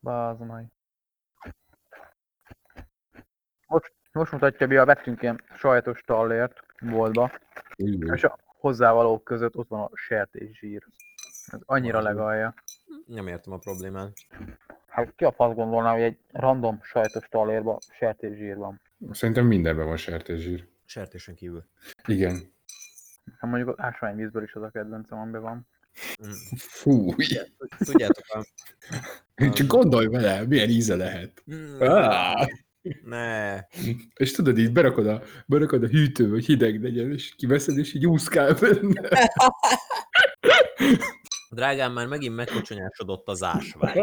Bázd meg. Most mutatja be, vettünk ilyen sajátos tallért boltba, és a hozzávalók között ott van a sertészsír. Ez annyira legalja. Nem értem a problémát. Hát ki a fasz gondolná, hogy egy random sajátos tallérban sertészsír van? Szerintem mindenben van sertészsír. Sertésen kívül. Igen. Hát mondjuk az ásványvízből is az a kedvencem, amiben van. Fú, Tudjátok, csak gondolj vele, milyen íze lehet. Ne. És tudod, így berakod a hűtőbe, hogy hideg legyen, és kiveszed, és így úszkál benne. Drágám, már megint megkocsonyásodott az ásvány.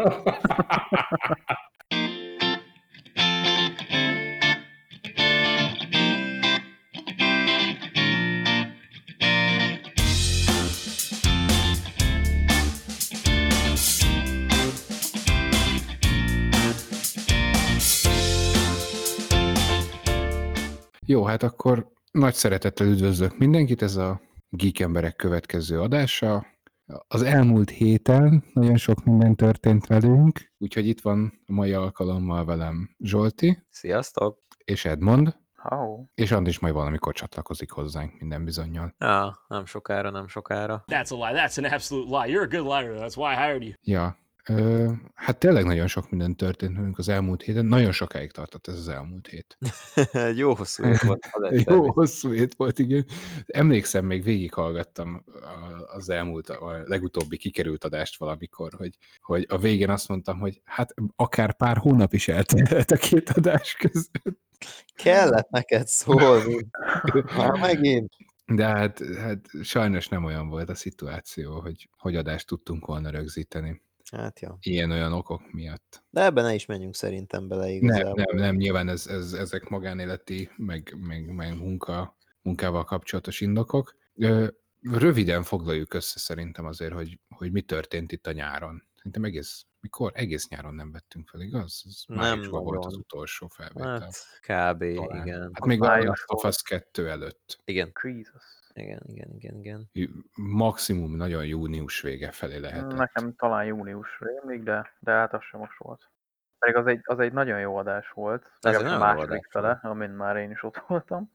Jó, hát akkor nagy szeretettel üdvözlök mindenkit, ez a Geek Emberek következő adása. Az elmúlt héten nagyon sok minden történt velünk, úgyhogy itt van a mai alkalommal velem Zsolti. Sziasztok! És Edmond. Oh. És Andis majd valamikor csatlakozik hozzánk minden bizonnyal. Ja, nem sokára. That's a lie. That's an absolute lie. You're a good liar. That's why I hired you. Ja, hát tényleg nagyon sok minden történt velünk az elmúlt héten. Nagyon sokáig tartott ez az elmúlt hét. Jó hosszú hét volt. Jó hosszú hét volt, igen. Emlékszem, még végighallgattam az elmúlt, a legutóbbi kikerült adást valamikor, hogy a végén azt mondtam, hogy hát akár pár hónap is eltelt a két adás között. Kellett neked szólni. Már megint. De hát sajnos nem olyan volt a szituáció, hogy adást tudtunk volna rögzíteni. Hát jó. Ilyen-olyan okok miatt. De ebben ne is menjünk szerintem bele igazából. Nem, nyilván ezek magánéleti, meg munkával kapcsolatos indokok. Röviden foglaljuk össze szerintem azért, hogy mi történt itt a nyáron. Szerintem egész nyáron nem vettünk fel, igaz? Májusban volt az utolsó felvétel. Hát kb. Talán. Igen. Hát még a Last of Us 2 előtt. Igen. Jesus. Igen. Maximum nagyon június vége felé lehetett. Nekem talán június rémlik, de hát az sem most volt. Pedig az egy nagyon jó adás volt. Ez a második fele, amin már én is ott voltam.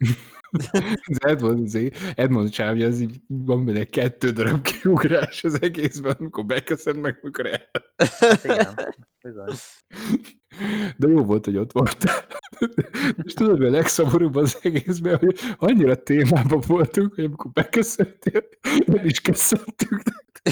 Edmond csávja, az így van benne 2 darab kiugrás az egészben, amikor beköszön meg, amikor el. Hát igen, bizony. De jó volt, hogy ott voltál. És tudod, hogy a legszomorúbb az egészben, hogy annyira témában voltunk, hogy amikor beköszöntél, nem is köszöntünk.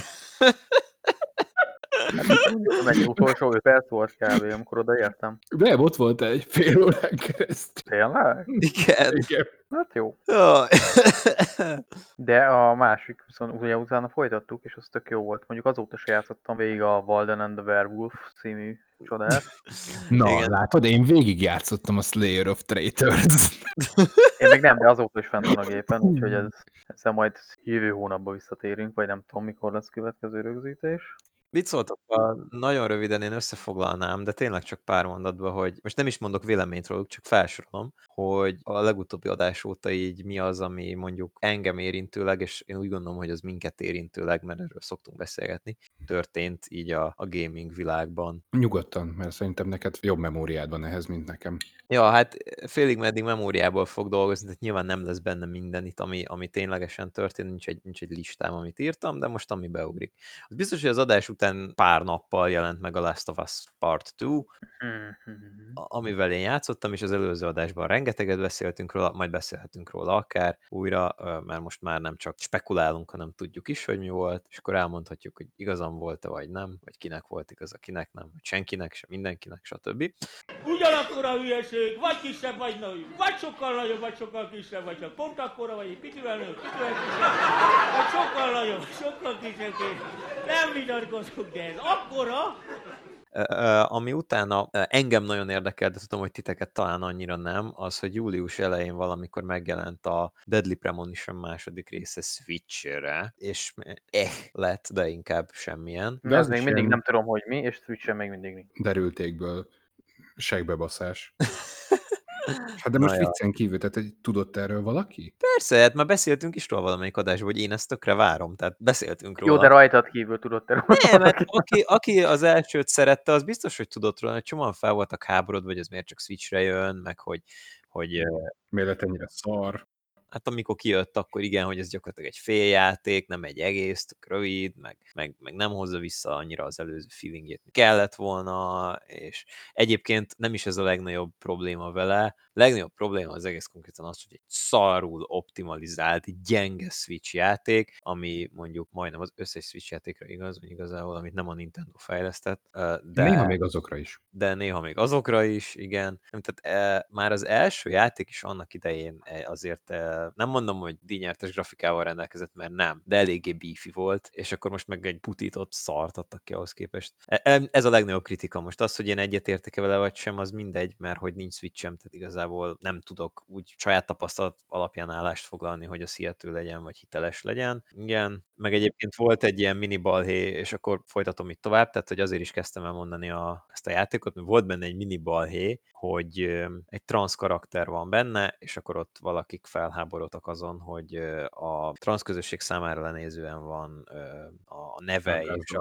Meg utolsó 5 perc volt kb. Amikor odaértem. De ott voltál egy fél órán keresztül. Tényleg? Igen. Hát jó. Jaj. De a másik viszont ugye utána folytattuk, és az tök jó volt. Mondjuk azóta se játszottam végig a Walden and the Werewolf című csodát. Na, igen. látod, én végig játszottam a Slayer of Traitors. Én még nem, de azóta is fent van a gépen, úgyhogy ezzel majd jövő hónapban visszatérünk, vagy nem tudom, mikor lesz következő rögzítés. Mit szóltok? Nagyon röviden én összefoglalnám, de tényleg csak pár mondatban, hogy most nem is mondok véleményt róluk, csak felsorolom, hogy a legutóbbi adás óta így mi az, ami mondjuk engem érintőleg, és én úgy gondolom, hogy az minket érintőleg, mert erről szoktunk beszélgetni, történt így a gaming világban. Nyugodtan, mert szerintem neked jobb memóriád van ehhez, mint nekem. Ja, hát félig meddig memóriából fog dolgozni, tehát nyilván nem lesz benne minden itt, ami ténylegesen történt, nincs egy listám, amit írtam, de most ami beugrik. Az biztos, hogy az adás után pár nappal jelent meg a Last of Us Part 2, amivel én játszottam, és az előző adásban rengeteget beszéltünk róla, majd beszélhetünk róla akár újra, mert most már nem csak spekulálunk, hanem tudjuk is, hogy mi volt, és akkor elmondhatjuk, hogy igazam volt-e, vagy nem, vagy kinek volt igaza, kinek nem, vagy senkinek, sem mindenkinek, stb. Ugyanakkor a hülyeség, vagy kisebb, vagy nagyobb, vagy sokkal nagyobb, vagy sokkal kisebb, vagy csak pont akkora, vagy egy picivel nagyobb, picivel kisebb, vagy sokkal nagyobb, sokkal kisebb. Nem vitatkozunk, de ez akkora. Ami utána engem nagyon érdekel, de tudom, hogy titeket talán annyira nem, az, hogy július elején valamikor megjelent a Deadly Premonition második része Switch-re, és lett, de inkább semmilyen. De az még mindig nem tudom, hogy mi, és Switch-en még mindig nincs. Derültékből segbebaszás. Hát de Na most ja. viccen kívül, tehát hogy tudott erről valaki? Persze, hát már beszéltünk is róla valamelyik adásban, hogy én ezt tökre várom, tehát beszéltünk róla. Jó, de rajtad kívül tudott erről Nem, mert valaki. aki az elsőt szerette, az biztos, hogy tudott róla, hogy csomóan fel voltak háborodva, hogy ez miért csak Switchre jön, meg hogy Miért lett ennyire szar? hát amikor kijött, akkor igen, hogy ez gyakorlatilag egy féljáték, nem egy egész, tök rövid, meg nem hozza vissza annyira az előző feelingjét, mi kellett volna, és egyébként nem is ez a legnagyobb probléma vele. A legnagyobb probléma az egész konkrétan az, hogy egy szarul optimalizált, gyenge Switch játék, ami mondjuk majdnem az összes Switch játékra igaz, vagy igazából, amit nem a Nintendo fejlesztett, Néha még azokra is. de néha még azokra is, igen. Nem, tehát már az első játék is annak idején azért nem mondom, hogy díjnyertes grafikával rendelkezett, mert nem, de eléggé beefy volt, és akkor most meg egy putított szart adtak ki ahhoz képest. Ez a legnagyobb kritika most. Az, hogy én egyetértek-e vele vagy sem, az mindegy, mert hogy nincs Switchem, tehát igazából nem tudok úgy saját tapasztalat alapján állást foglalni, hogy az hihető legyen, vagy hiteles legyen. Igen, meg egyébként volt egy ilyen mini balhé, és akkor folytatom itt tovább, tehát hogy azért is kezdtem el mondani ezt a játékot, mert volt benne egy mini balhé, hogy egy transz karakter van benne, és akkor ott valakik felháborodtak azon, hogy a transz közösség számára lenézően van a neve és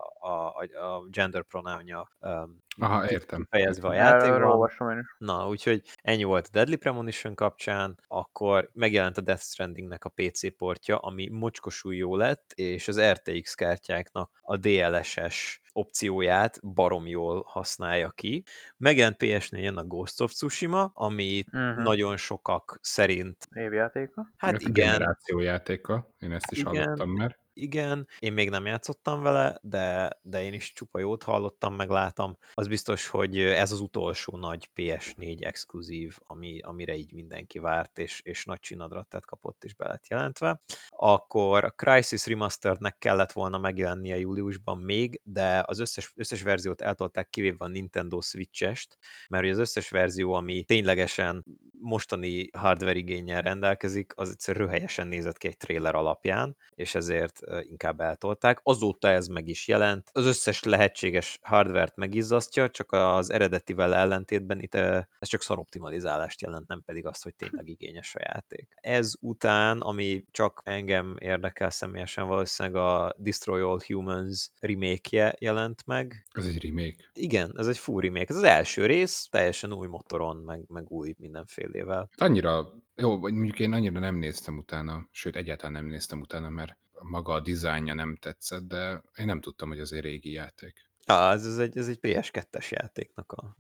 a gender pronounja Aha, értem. fejezve a Erről játékban. olvasom én is. Na, úgyhogy ennyi volt a Deadly Premonition kapcsán, akkor megjelent a Death Strandingnek a PC portja, ami mocskosul jó lett, és az RTX kártyáknak a DLSS opcióját barom jól használja ki. Megjelent PS4-en a Ghost of Tsushima, ami nagyon sokak szerint, Évjátéka. hát Ez a igen, generáció játéka, én ezt is Igen. hallottam már. igen, én még nem játszottam vele, de én is csupa jót hallottam, meglátom. Az biztos, hogy ez az utolsó nagy PS4 exkluzív, amire így mindenki várt, és nagy csinadrattát kapott és be lett jelentve. Akkor a Crysis Remasterednek kellett volna megjelennie júliusban még, de az összes verziót eltolták, kivéve a Nintendo Switch-est, mert ugye az összes verzió, ami ténylegesen mostani hardware igénnyel rendelkezik, az egyszerűen röhelyesen nézett ki egy trailer alapján, és ezért inkább eltolták. Azóta ez meg is jelent. Az összes lehetséges hardvert megizzasztja, csak az eredetivel ellentétben itt ez csak szar-optimalizálást jelent, nem pedig azt, hogy tényleg igényes a játék. Ez után, ami csak engem érdekel személyesen, valószínűleg a Destroy All Humans remake-je jelent meg. Ez egy remake. Igen, ez egy full remake. Ez az első rész, teljesen új motoron, meg új mindenfélével. Hát annyira, jó, vagy mondjuk én annyira nem néztem utána, sőt egyáltalán nem néztem utána, mert maga a dizájnja nem tetszett, de én nem tudtam, hogy az egy régi játék. Ez egy PS2-es játéknak a...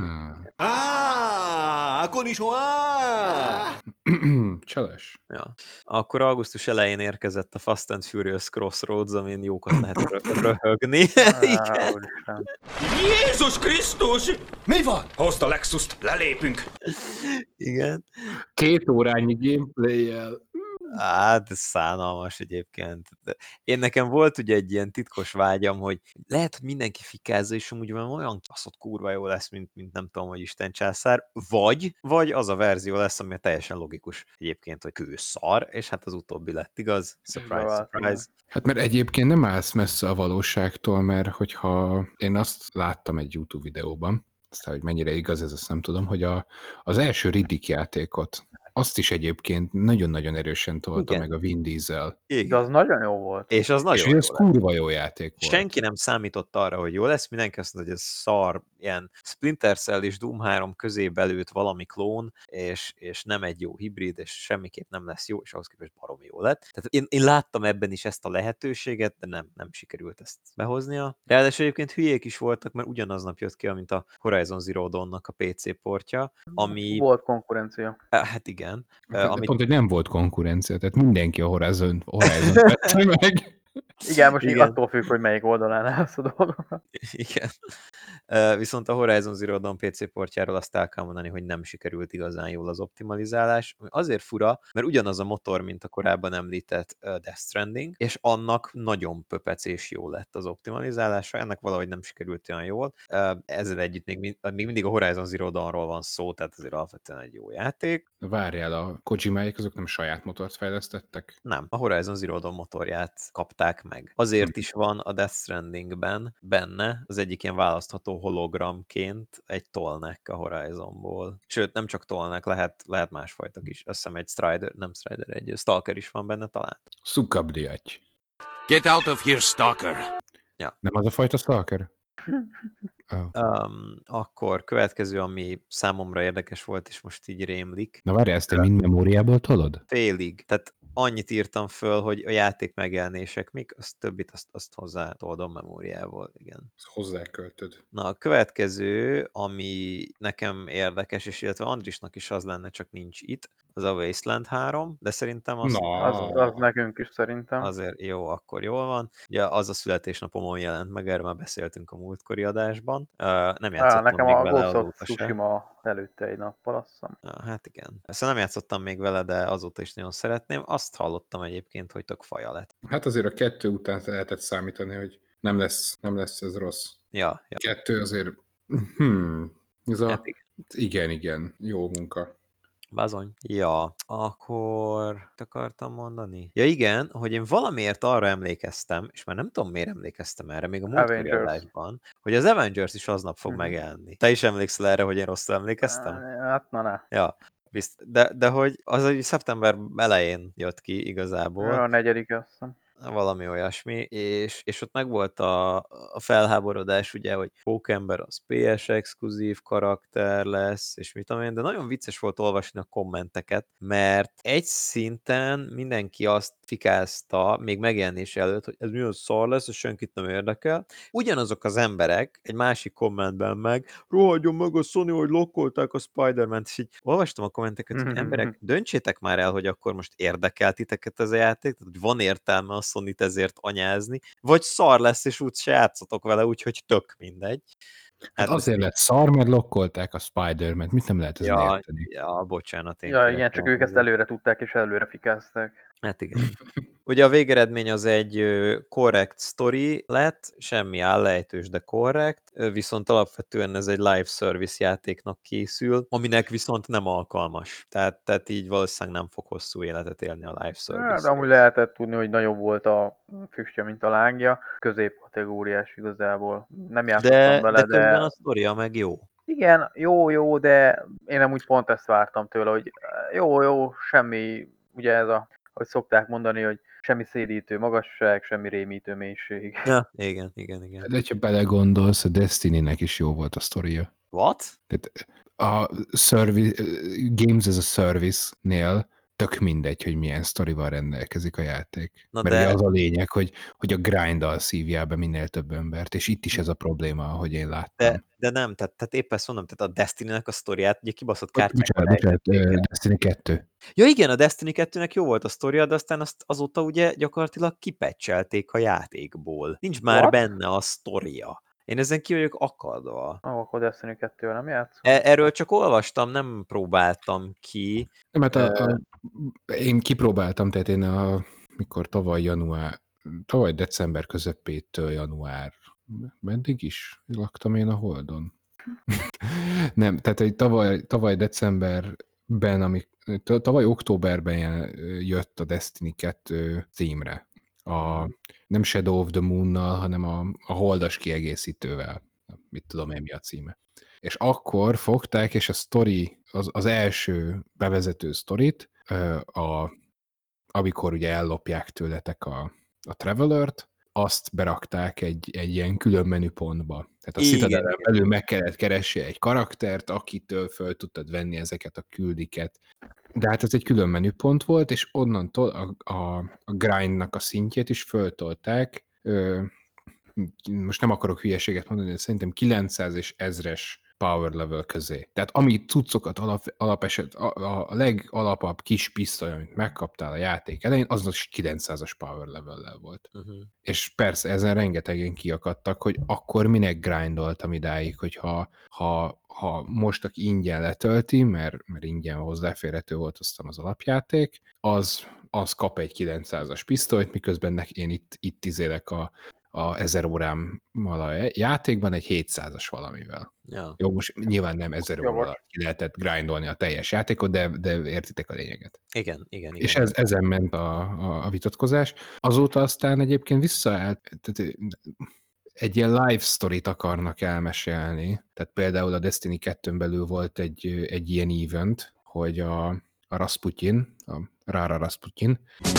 Cseles. Ja. Akkor augusztus elején érkezett a Fast and Furious Crossroads, amin jókat lehet röhögni. Igen. Úristen. Jézus Krisztus! Mi van? Hozd a Lexust, lelépünk! Igen. 2 órányi gameplay-jel. Hát, ez szánalmas egyébként. De én nekem volt ugye egy ilyen titkos vágyam, hogy lehet, hogy mindenki fikázza, és amúgy olyan baszott kurva jó lesz, mint nem tudom, hogy Isten császár, vagy az a verzió lesz, ami teljesen logikus egyébként, hogy kőszar, és hát az utóbbi lett, igaz? Surprise, surprise. Hát mert egyébként nem állsz messze a valóságtól, mert hogyha én azt láttam egy YouTube videóban, aztán, hogy mennyire igaz ez, azt nem tudom, hogy az első Riddick játékot, azt is egyébként nagyon-nagyon erősen tolta meg a Vin Diesel. De Igen. az nagyon jó volt. És az nagyon És jó ez lett. kurva jó játék volt. Senki nem számított arra, hogy jó lesz, mindenki azt mondta, hogy ez szar, ilyen Splinter Cell és Doom 3 közé belőtt valami klón, és nem egy jó hibrid, és semmiképp nem lesz jó, és ahhoz képest baromi jó lett. Tehát én láttam ebben is ezt a lehetőséget, de nem sikerült ezt behoznia. Ráadásul egyébként hülyék is voltak, mert ugyanaznap jött ki, mint a Horizon Zero Dawn-nak a PC portja, ami... Volt konkurencia. Hát igen. Amit... Pont, hogy nem volt konkurencia, tehát mindenki a Horizon vette meg. Igen, most Igen. attól függ, hogy melyik oldalán állsz a dolgoknak. Igen. Viszont a Horizon Zero Dawn PC portjáról azt el kell mondani, hogy nem sikerült igazán jól az optimalizálás. Azért fura, mert ugyanaz a motor, mint a korábban említett Death Stranding, és annak nagyon pöpec és jó lett az optimalizálása, ennek valahogy nem sikerült olyan jól. Ezzel együtt még mindig a Horizon Zero Dawnról van szó, tehát azért alapvetően egy jó játék. Várjál, a Kojimáik azok nem saját motort fejlesztettek? Nem, a Horizon Zero Dawn motorját kapták meg. Azért is van a Death Strandingben benne az egyik ilyen választható hologramként egy Tolnek a Horizonból. Sőt, nem csak Tolnek, lehet másfajtak is. Azt hiszem egy Strider, nem Strider, egy Stalker is van benne talán. Szukabliaty. Get out of here, stalker! Nem az a fajta stalker? Akkor következő, ami számomra érdekes volt, és most így rémlik. Na várjál, ezt te mind memóriából tolod? Félig. Tehát annyit írtam föl, hogy a játék megjelenések mik, azt többit azt hozzá toldom memóriából, igen. Ezt hozzáköltöd. Na, a következő, ami nekem érdekes, és illetve Andrisnak is az lenne, csak nincs itt, az a Wasteland 3, de szerintem az, Az nekünk is szerintem. azért jó, akkor jól van. Ugye az a születésnapomon jelent meg, erről már beszéltünk a múltkori adásban. Nem játszottam Nekem még a vele Ghost of azóta se. Tsushima előtte egy nappal, azt hiszem. Hát igen. Ezt nem játszottam még vele, de azóta is nagyon szeretném. Azt hallottam egyébként, hogy tök faja lett. Hát azért a 2 után lehetett számítani, hogy nem lesz ez rossz. Ja. 2 azért... Ez a... Hát Igen, jó munka. Bazony. Ja, akkor akartam mondani? Ja igen, hogy én valamiért arra emlékeztem, és már nem tudom miért emlékeztem erre, még a múltkori Avengers. adásban, hogy az Avengers is aznap fog megjelenni. Te is emlékszel erre, hogy én rosszul emlékeztem? Hát na. Ja, de hogy az egy szeptember elején jött ki igazából. A 4. azt hiszem. Valami olyasmi, és ott megvolt a felháborodás, ugye, hogy Pókember az PS exkluzív karakter lesz, és mit tudom én, de nagyon vicces volt olvasni a kommenteket, mert egy szinten mindenki azt fikázta, még megjelenés előtt, hogy ez milyen szar lesz, és senkit nem érdekel. Ugyanazok az emberek egy másik kommentben meg, rohadjon meg a Sony, hogy lokkolták a Spider-Man-t, és így olvastam a kommenteket, hogy emberek, döntsétek már el, hogy akkor most érdekel titeket ez a játék, tehát hogy van értelme a Sony-t ezért anyázni, vagy szar lesz, és úgy se játszatok vele, úgyhogy tök mindegy. Hát azért lett szar, mert lokkolták a Spider-Man-t. Mit nem lehet ezen érteni? Ja, bocsánat. Igen, csak ők ezt előre tudták, és előre fikázták. Hát igen. Ugye a végeredmény az egy korrekt sztori lett, semmi állejtős, de korrekt, viszont alapvetően ez egy live service játéknak készül, aminek viszont nem alkalmas. Tehát így valószínűleg nem fog hosszú életet élni a live service. De amúgy lehetett tudni, hogy nagyobb volt a füstje, mint a lángja. Középkategóriás igazából. Nem játszottam vele, de közben a sztoria meg jó. Igen, jó, de én amúgy pont ezt vártam tőle, hogy jó, semmi, ugye ez a, hogy szokták mondani, hogy semmi szédítő magasság, semmi rémítő mélység. Ja, igen. De ha belegondolsz, a Destiny-nek is jó volt a sztoria. What? Tehát a Games as a Service-nél tök mindegy, hogy milyen sztorival rendelkezik a játék. Na mert de... ugye az a lényeg, hogy a grind-dal szívjál be minél több embert, és itt is ez a probléma, ahogy én láttam. De nem, tehát éppen ezt mondom, tehát a Destiny-nek a sztoriát, ugye kibaszott Bocsánat, Destiny 2. Ja igen, a Destiny 2-nek jó volt a sztoria, de aztán azóta ugye gyakorlatilag kipecselték a játékból. Nincs már benne a sztoria. Én ezen ki vagyok akadva. Akkor Destiny 2-vel nem játszom. Erről csak olvastam, nem próbáltam ki. Nem, hát én kipróbáltam, tehát én mikor tavaly december közepétől január, meddig is laktam én a Holdon? Nem, tehát hogy tavaly decemberben, tavaly októberben jött a Destiny 2 címre. Nem Shadow of the Moon-nal, hanem a Holdas kiegészítővel. Mit tudom én, mi a címe. És akkor fogták, és a sztori, az első bevezető sztorit, amikor ugye ellopják tőletek a Travelert, azt berakták egy ilyen külön menüpontba. Tehát a Citadelen belül meg kellett keresni egy karaktert, akitől föl tudtad venni ezeket a küldiket. De hát ez egy külön menüpont volt, és onnantól a grindnak a szintjét is föltolták. Most nem akarok hülyeséget mondani, de szerintem 900 és 1000-es power level közé. Tehát ami cuccokat alapeset, a legalapabb kis pisztoly, amit megkaptál a játék elején, az 900-as power level-lel volt. És persze ezen rengetegen kiakadtak, hogy akkor minek grindoltam idáig, hogy ha most aki ingyen letölti, mert ingyen hozzáférhető volt aztán az alapjáték, az kap egy 900-as pisztolyt, miközben én itt izélek a 1000 órámmal a játékban egy 700-as valamivel. Ja. Jó, most nyilván nem 1000 óra ki lehetett grindolni a teljes játékot, de értitek a lényeget. Igen. És ezen ment a vitatkozás. Azóta aztán egyébként visszaállt, tehát egy ilyen live sztorit akarnak elmesélni. Tehát például a Destiny 2-n belül volt egy ilyen event, hogy a Rasputin, a Rara Rasputin,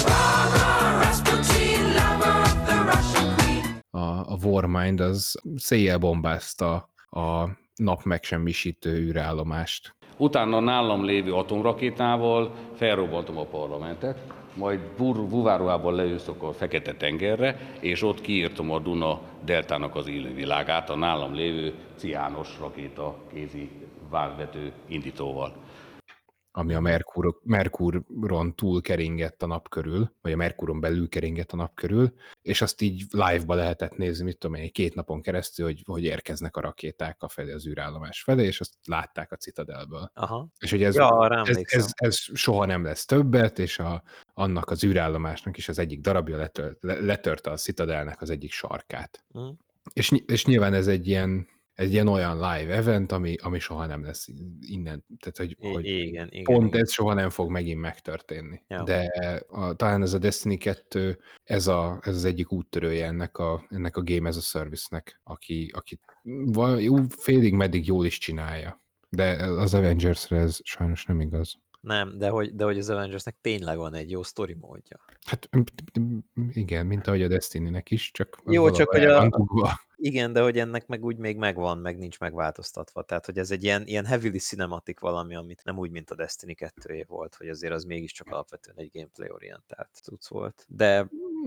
a Warmind az széjjel bombázta a nap megsemmisítő űrállomást. Utána nálam lévő atomrakétával felrobbantom a parlamentet, majd búváruhában leűzök a Fekete-tengerre, és ott kiírtom a Duna deltának az élővilágát a nálam lévő ciános rakéta kézi vágvető indítóval. Ami a Merkuron túl keringett a nap körül, vagy a Merkuron belül keringett a nap körül, és azt így live-ba lehetett nézni, mit tudom én, 2 napon keresztül, hogy érkeznek a rakéták a felé, az űrállomás felé, és azt látták a Citadelből. Aha. És hogy ez soha nem lesz többet, és annak az űrállomásnak is az egyik darabja letörte a Citadelnek az egyik sarkát. Mm. És nyilván ez egy ilyen olyan live event, ami soha nem lesz innen, tehát hogy Igen, pont ez soha nem fog megint megtörténni. Ja. De talán ez a Destiny 2, ez az egyik úttörője ennek a Game as a Service-nek, aki félig meddig jól is csinálja. De az Avengers-re ez sajnos nem igaz. Nem, de hogy az Avengersnek tényleg van egy jó sztori módja. Hát igen, mint ahogy a Destiny-nek is, csak Jó, csak hogy igen, de hogy ennek meg úgy még megvan, meg nincs megváltoztatva. Tehát, hogy ez egy ilyen heavily cinematic valami, amit nem úgy, mint a Destiny 2 volt, hogy azért az mégiscsak alapvetően egy gameplay orientált cucc volt. De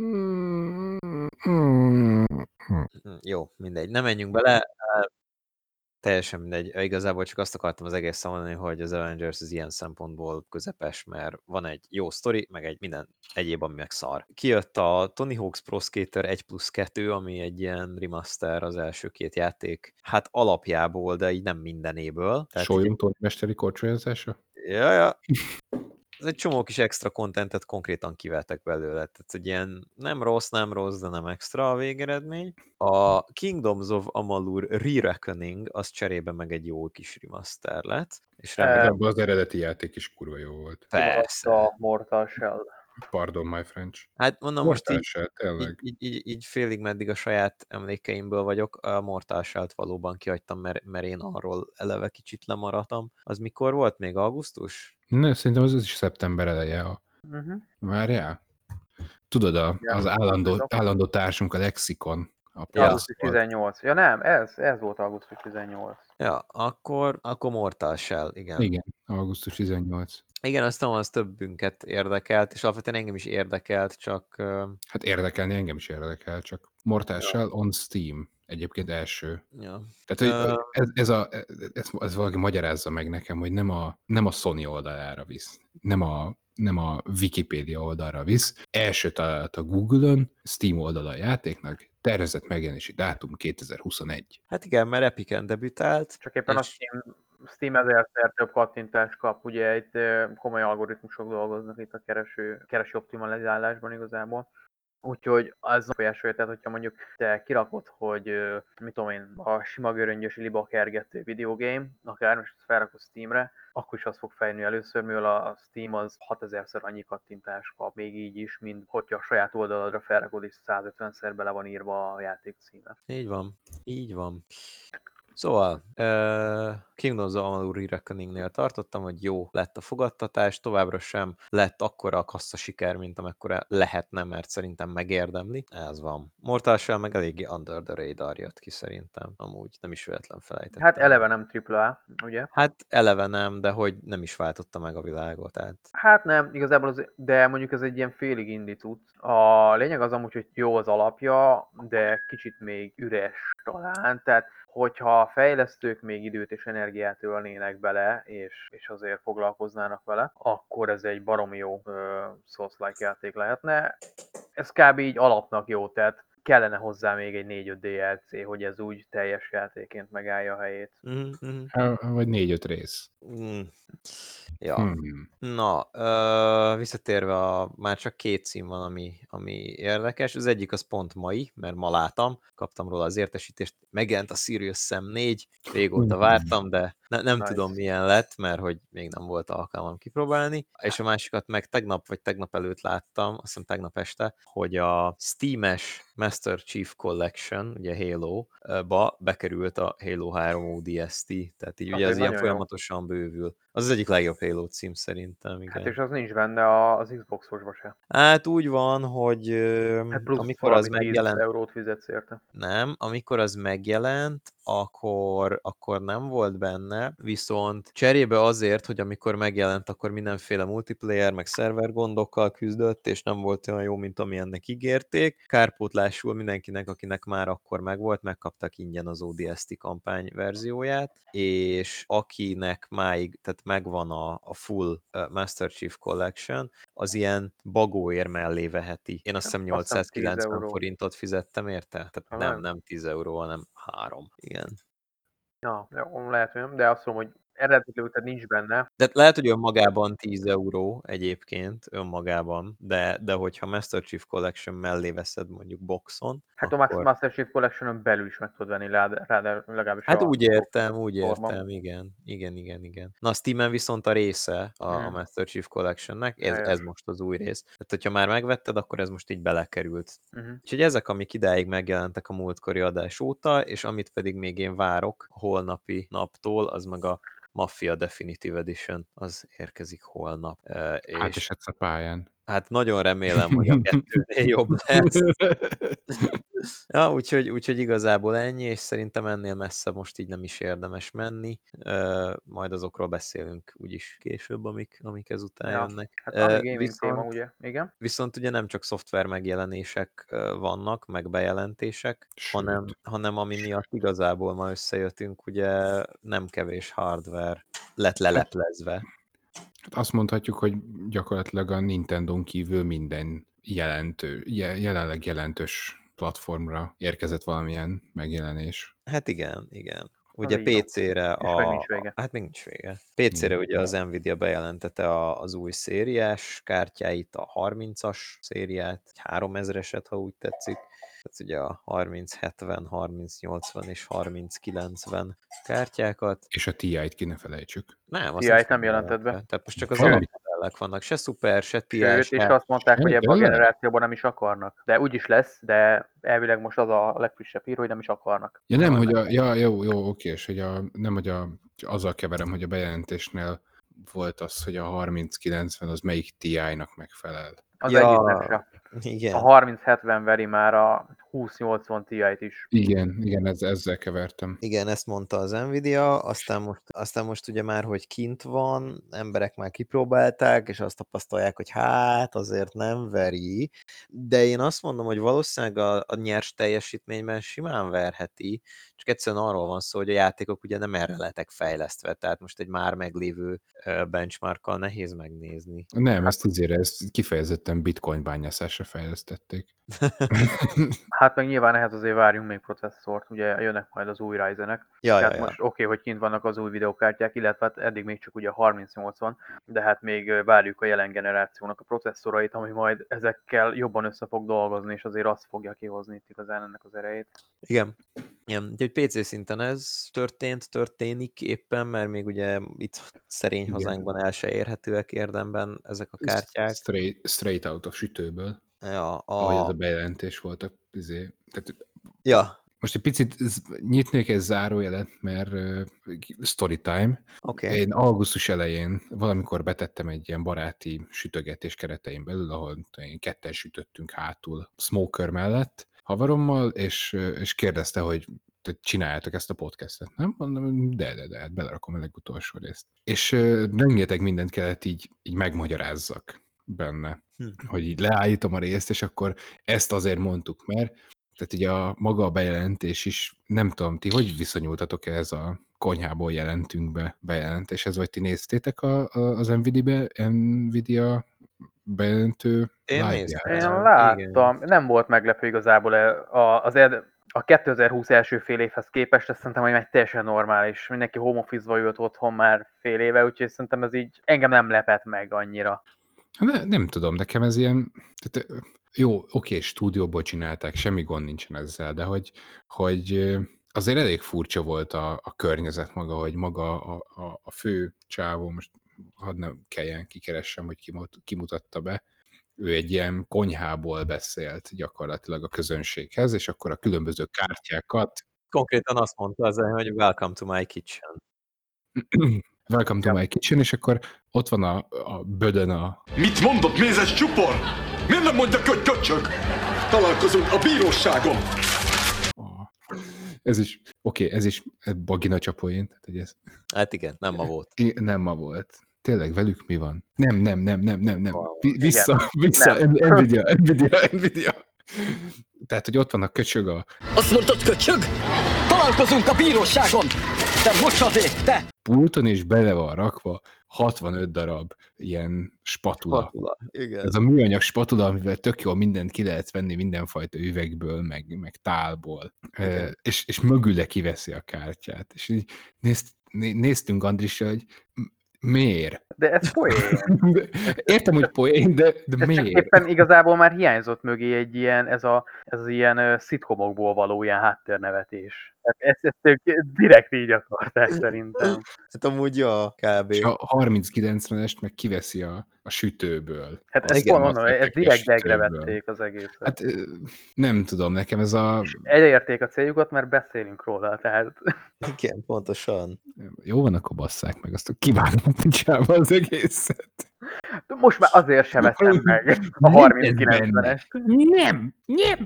jó, mindegy. Nem menjünk bele. Teljesen mindegy. Igazából csak azt akartam az egész mondani, hogy az Avengers az ilyen szempontból közepes, mert van egy jó sztori, meg egy minden egyéb, ami meg szar. Kijött a Tony Hawk's Pro Skater 1+2, ami egy ilyen remaster az első 2 játék, hát alapjából, de így nem mindenéből. Sólyom Tony mesteri korcsolyozása? Ja. Ez egy csomó kis extra contentet konkrétan kivettek belőle. Tehát egy ilyen nem rossz, de nem extra a végeredmény. A Kingdoms of Amalur Re-Reckoning az cserébe meg egy jó kis remaster lett. És remélem, Az eredeti játék is kurva jó volt. persze. A Mortal Shell. Pardon my French. Hát mondom, Mortal most Shell, tényleg. így félig meddig a saját emlékeimből vagyok. A Mortal Shell-t valóban kihagytam, mert én arról eleve kicsit lemaradtam. Az mikor volt? Még augusztus? Ne, szerintem az is szeptember eleje. Várjál? Tudod, az állandó társunk, a Lexikon. Augusztus 18. Ja nem, ez volt augusztus 18. Ja, akkor Mortal Shell, igen. Igen, augusztus 18. Igen, aztán az többünket érdekelt, és alapvetően engem is érdekelt, csak... Hát érdekelni engem is érdekel, csak Mortal Shell on Steam. Egyébként első. Ja. Tehát, hogy ez valaki magyarázza meg nekem, hogy nem a Sony oldalára visz, nem a Wikipédia oldalra visz. Első találat a Google-ön, Steam oldala a játéknak, tervezett megjelenési dátum 2021. Hát igen, mert Epic-en debütált. Csak éppen és... a Steam ezerszer több kattintást kap, ugye itt komoly algoritmusok dolgoznak itt a kereső optimalizálásban igazából. Úgyhogy az befolyásolja, tehát hogyha mondjuk te kirakod, hogy mit tudom én, a sima göröngyös liba kergető videogame, akár most felrakod Steamre, akkor is az fog fejlődni először, mivel a Steam az 6000-szer annyi kattintást kap, még így is, mint hogyha a saját oldaladra felrakod, és 150-szer bele van írva a játék címe. Így van. Szóval, Kingdoms of Amalur Re-Reckoningnél tartottam, hogy jó lett a fogadtatás, továbbra sem lett akkora a kassza siker, mint amekkora lehetne, mert szerintem megérdemli. Ez van. Mortal Shell meg eléggé under the radar jött ki szerintem, amúgy nem is véletlen felejtettem. Hát eleve nem AAA, ugye? Hát eleve nem, de hogy nem is váltotta meg a világot. Tehát... Hát nem, igazából, de mondjuk ez egy ilyen félig indít út. A lényeg az amúgy, hogy jó az alapja, de kicsit még üres talán, tehát hogyha a fejlesztők még időt és energiát ölnének bele, és azért foglalkoznának vele, akkor ez egy baromi jó Souls-like játék lehetne. Ez kb. Így alapnak jó, tehát kellene hozzá még egy 4-5 DLC, hogy ez úgy teljes játékként megállja a helyét. Vagy 4-5 rész. Ja. Na, visszatérve, már csak 2 cím van, ami érdekes. Az egyik az pont mai, mert ma láttam, kaptam róla az értesítést, megjelent a Serious Sam 4, régóta vártam, de Nem Nice. tudom milyen lett, mert hogy még nem volt alkalmam kipróbálni, és a másikat meg tegnap vagy tegnap előtt láttam, azt hiszem tegnap este, hogy a Steam-es Master Chief Collection, ugye Halo-ba bekerült a Halo 3 ODST, tehát így ugye Az az egy ilyen nagyon jó. folyamatosan bővül. Az egyik legjobb Halo cím szerintem, igen. Hát és az nincs benne az Xbox-osba se. Hát úgy van, hogy Hát plusz amikor az valami 10 megjelent, eurót fizetsz érte. nem, amikor az megjelent, akkor nem volt benne, viszont cserébe azért, hogy amikor megjelent, akkor mindenféle multiplayer, meg szerver gondokkal küzdött, és nem volt olyan jó, mint amilyennek ígérték. Kárpótlásul mindenkinek, akinek már akkor megvolt, megkaptak ingyen az ODST kampány verzióját, és akinek máig, tehát megvan a full Master Chief Collection, az ilyen bagóér mellé veheti. Én azt hiszem Azt hiszem 10 890 euró. forintot fizettem érte? Tehát Talán. nem 10 euró, hanem 3. Igen. Ja, jó, lehet, hogy nem, de azt mondom, hogy eredetileg tehát nincs benne. De lehet, hogy önmagában 10 euró egyébként, önmagában, de hogyha Master Chief Collection mellé veszed mondjuk boxon, Hát a akkor... Master Chief Collection-on belül is meg tudod venni, legalábbis Hát a úgy értem, forma. igen. Na, a Steam-en viszont a része a Master Chief Collectionnek, ez most az új rész. Tehát, hogyha már megvetted, akkor ez most így belekerült. Úgyhogy ezek, amik idáig megjelentek a múltkori adás óta, és amit pedig még én várok holnapi naptól, az meg a Mafia Definitive Edition, az érkezik holnap. Hát és a pályán. Hát nagyon remélem, hogy a kettőnél jobb lesz. Ja, úgyhogy igazából ennyi, és szerintem ennél messze most így nem is érdemes menni. Majd azokról beszélünk úgyis később, amik ezután jönnek. Hát ami gaming téma, ugye? Igen? Viszont ugye nem csak szoftver megjelenések vannak, meg bejelentések, hanem ami miatt igazából ma összejöttünk, ugye nem kevés hardware lett leleplezve. Hát azt mondhatjuk, hogy gyakorlatilag a Nintendon kívül minden jelenleg jelentős platformra érkezett valamilyen megjelenés. Hát igen. Ugye PC-re hát még nincs vége. PC-re ugye az Nvidia bejelentette az új szériás kártyáit, a 30-as szériát, egy 3000-eset, ha úgy tetszik. Tehát ugye a 3070, 3080 és 3090 kártyákat. És a TI-t ki ne felejtsük. Nem, TI-t nem jelentett be. Tehát most csak az alapmodellek vannak, se Super, se TI, Sőt, és azt mondták, hogy ebben a generációban nem is akarnak. De úgyis lesz, de elvileg most az a legfrissebb hír, hogy nem is akarnak. Ja nem, hogy jó, oké, és hogy nem, hogy azzal keverem, hogy a bejelentésnél volt az, hogy a 3090 az melyik TI-nak megfelel. Az egyiknek sem. Igen. A 3070 veri már a 2080 Ti-t is. Igen, ezzel kevertem. Igen, ezt mondta az Nvidia, aztán most ugye már, hogy kint van, emberek már kipróbálták, és azt tapasztalják, hogy hát azért nem veri, de én azt mondom, hogy valószínűleg a nyers teljesítményben simán verheti, csak egyszerűen arról van szó, hogy a játékok ugye nem erre lettek fejlesztve, tehát most egy már meglévő benchmarkkal nehéz megnézni. Nem, ezt kifejezetten bitcoin bányászásra fejlesztették. Hát meg nyilván ehhez azért várjunk még processzort, ugye jönnek majd az új Ryzenek. Tehát most oké, hogy kint vannak az új videókártyák, illetve hát eddig még csak ugye a 3080, de hát még várjuk a jelen generációnak a processzorait, ami majd ezekkel jobban össze fog dolgozni, és azért azt fogja kihozni itt igazán ennek az erejét. Igen. Úgyhogy PC szinten ez történik éppen, mert még ugye itt szerény hazánkban el se érhetőek érdemben ezek a kártyák. Straight out of sütőből. Ja, ahogy ez a bejelentés volt. Tehát, ja. Most egy picit nyitnék egy zárójelet, mert story time. Okay. Én augusztus elején valamikor betettem egy ilyen baráti sütögetés keretein belül, ahol ketten sütöttünk hátul smoker mellett haverommal, és kérdezte, hogy csináljátok ezt a podcastet. Nem? Mondom, de, hát belerakom a legutolsó részt. És rengeteg mindent kellett így megmagyarázzak benne, hogy így leállítom a részt, és akkor ezt azért mondtuk, mert tehát így maga a bejelentés is, nem tudom, ti hogy viszonyultatok ez a konyhából jelentünk be bejelentéshez, vagy ti néztétek az Nvidia bejelentő live-ját? Én láttam, igen. Nem volt meglepő igazából a 2020 első fél évhez képest, ezt szerintem, hogy egy teljesen normális. Mindenki home office-ba ült otthon már fél éve, úgyhogy szerintem ez így engem nem lepett meg annyira. Nem tudom, nekem ez ilyen... Tehát, jó, oké, stúdióból csinálták, semmi gond nincsen ezzel, de hogy azért elég furcsa volt a környezet maga, hogy maga a fő csávó, most hadd ne kelljen kikeressem, hogy kimutatta be, ő egy ilyen konyhából beszélt gyakorlatilag a közönséghez, és akkor a különböző kártyákat Konkrétan azt mondta az, hogy welcome to my kitchen. Welcome to my kitchen, és akkor ott van a bödön Mit mondott mézes csupor? Miért nem mondja, hogy köcsög? Találkozunk a bíróságon. Ez is, oké, ez is bagina csapoén. Tehát, hogy ez, Hát igen, nem ma volt. nem ma volt. Tényleg velük mi van? Nem. Igen. Vissza, Nvidia. Tehát, hogy ott van a köcsög Azt mondtad, köcsög? Találkozunk a bíróságon! Te mocsadék, te! pulton, és bele van rakva 65 darab ilyen spatula. Igen. Ez a műanyag spatula, amivel tök jól mindent ki lehet venni mindenfajta üvegből, meg tálból. És mögüle kiveszi a kártyát. És így néztünk Andrissal, hogy miért? De ez poén. Értem, hogy poén, de Ez csak miért? éppen igazából már hiányzott mögé egy ilyen, ez az ilyen szitkomokból való ilyen háttérnevetés. Tehát ezt ők direkt így akarták szerintem. Hát amúgy kb. És a 30-90-est meg kiveszi a sütőből. Hát ezt igen, mondom, ezt direkt megrevették az egészet. Hát nem tudom, nekem ez Elérték a céljukat, mert beszélünk róla, tehát... Igen, pontosan. Jó van, akkor basszák meg, azt kivágom a picsába az egészet. Most már azért sem veszem meg a 30-90-est. Nem.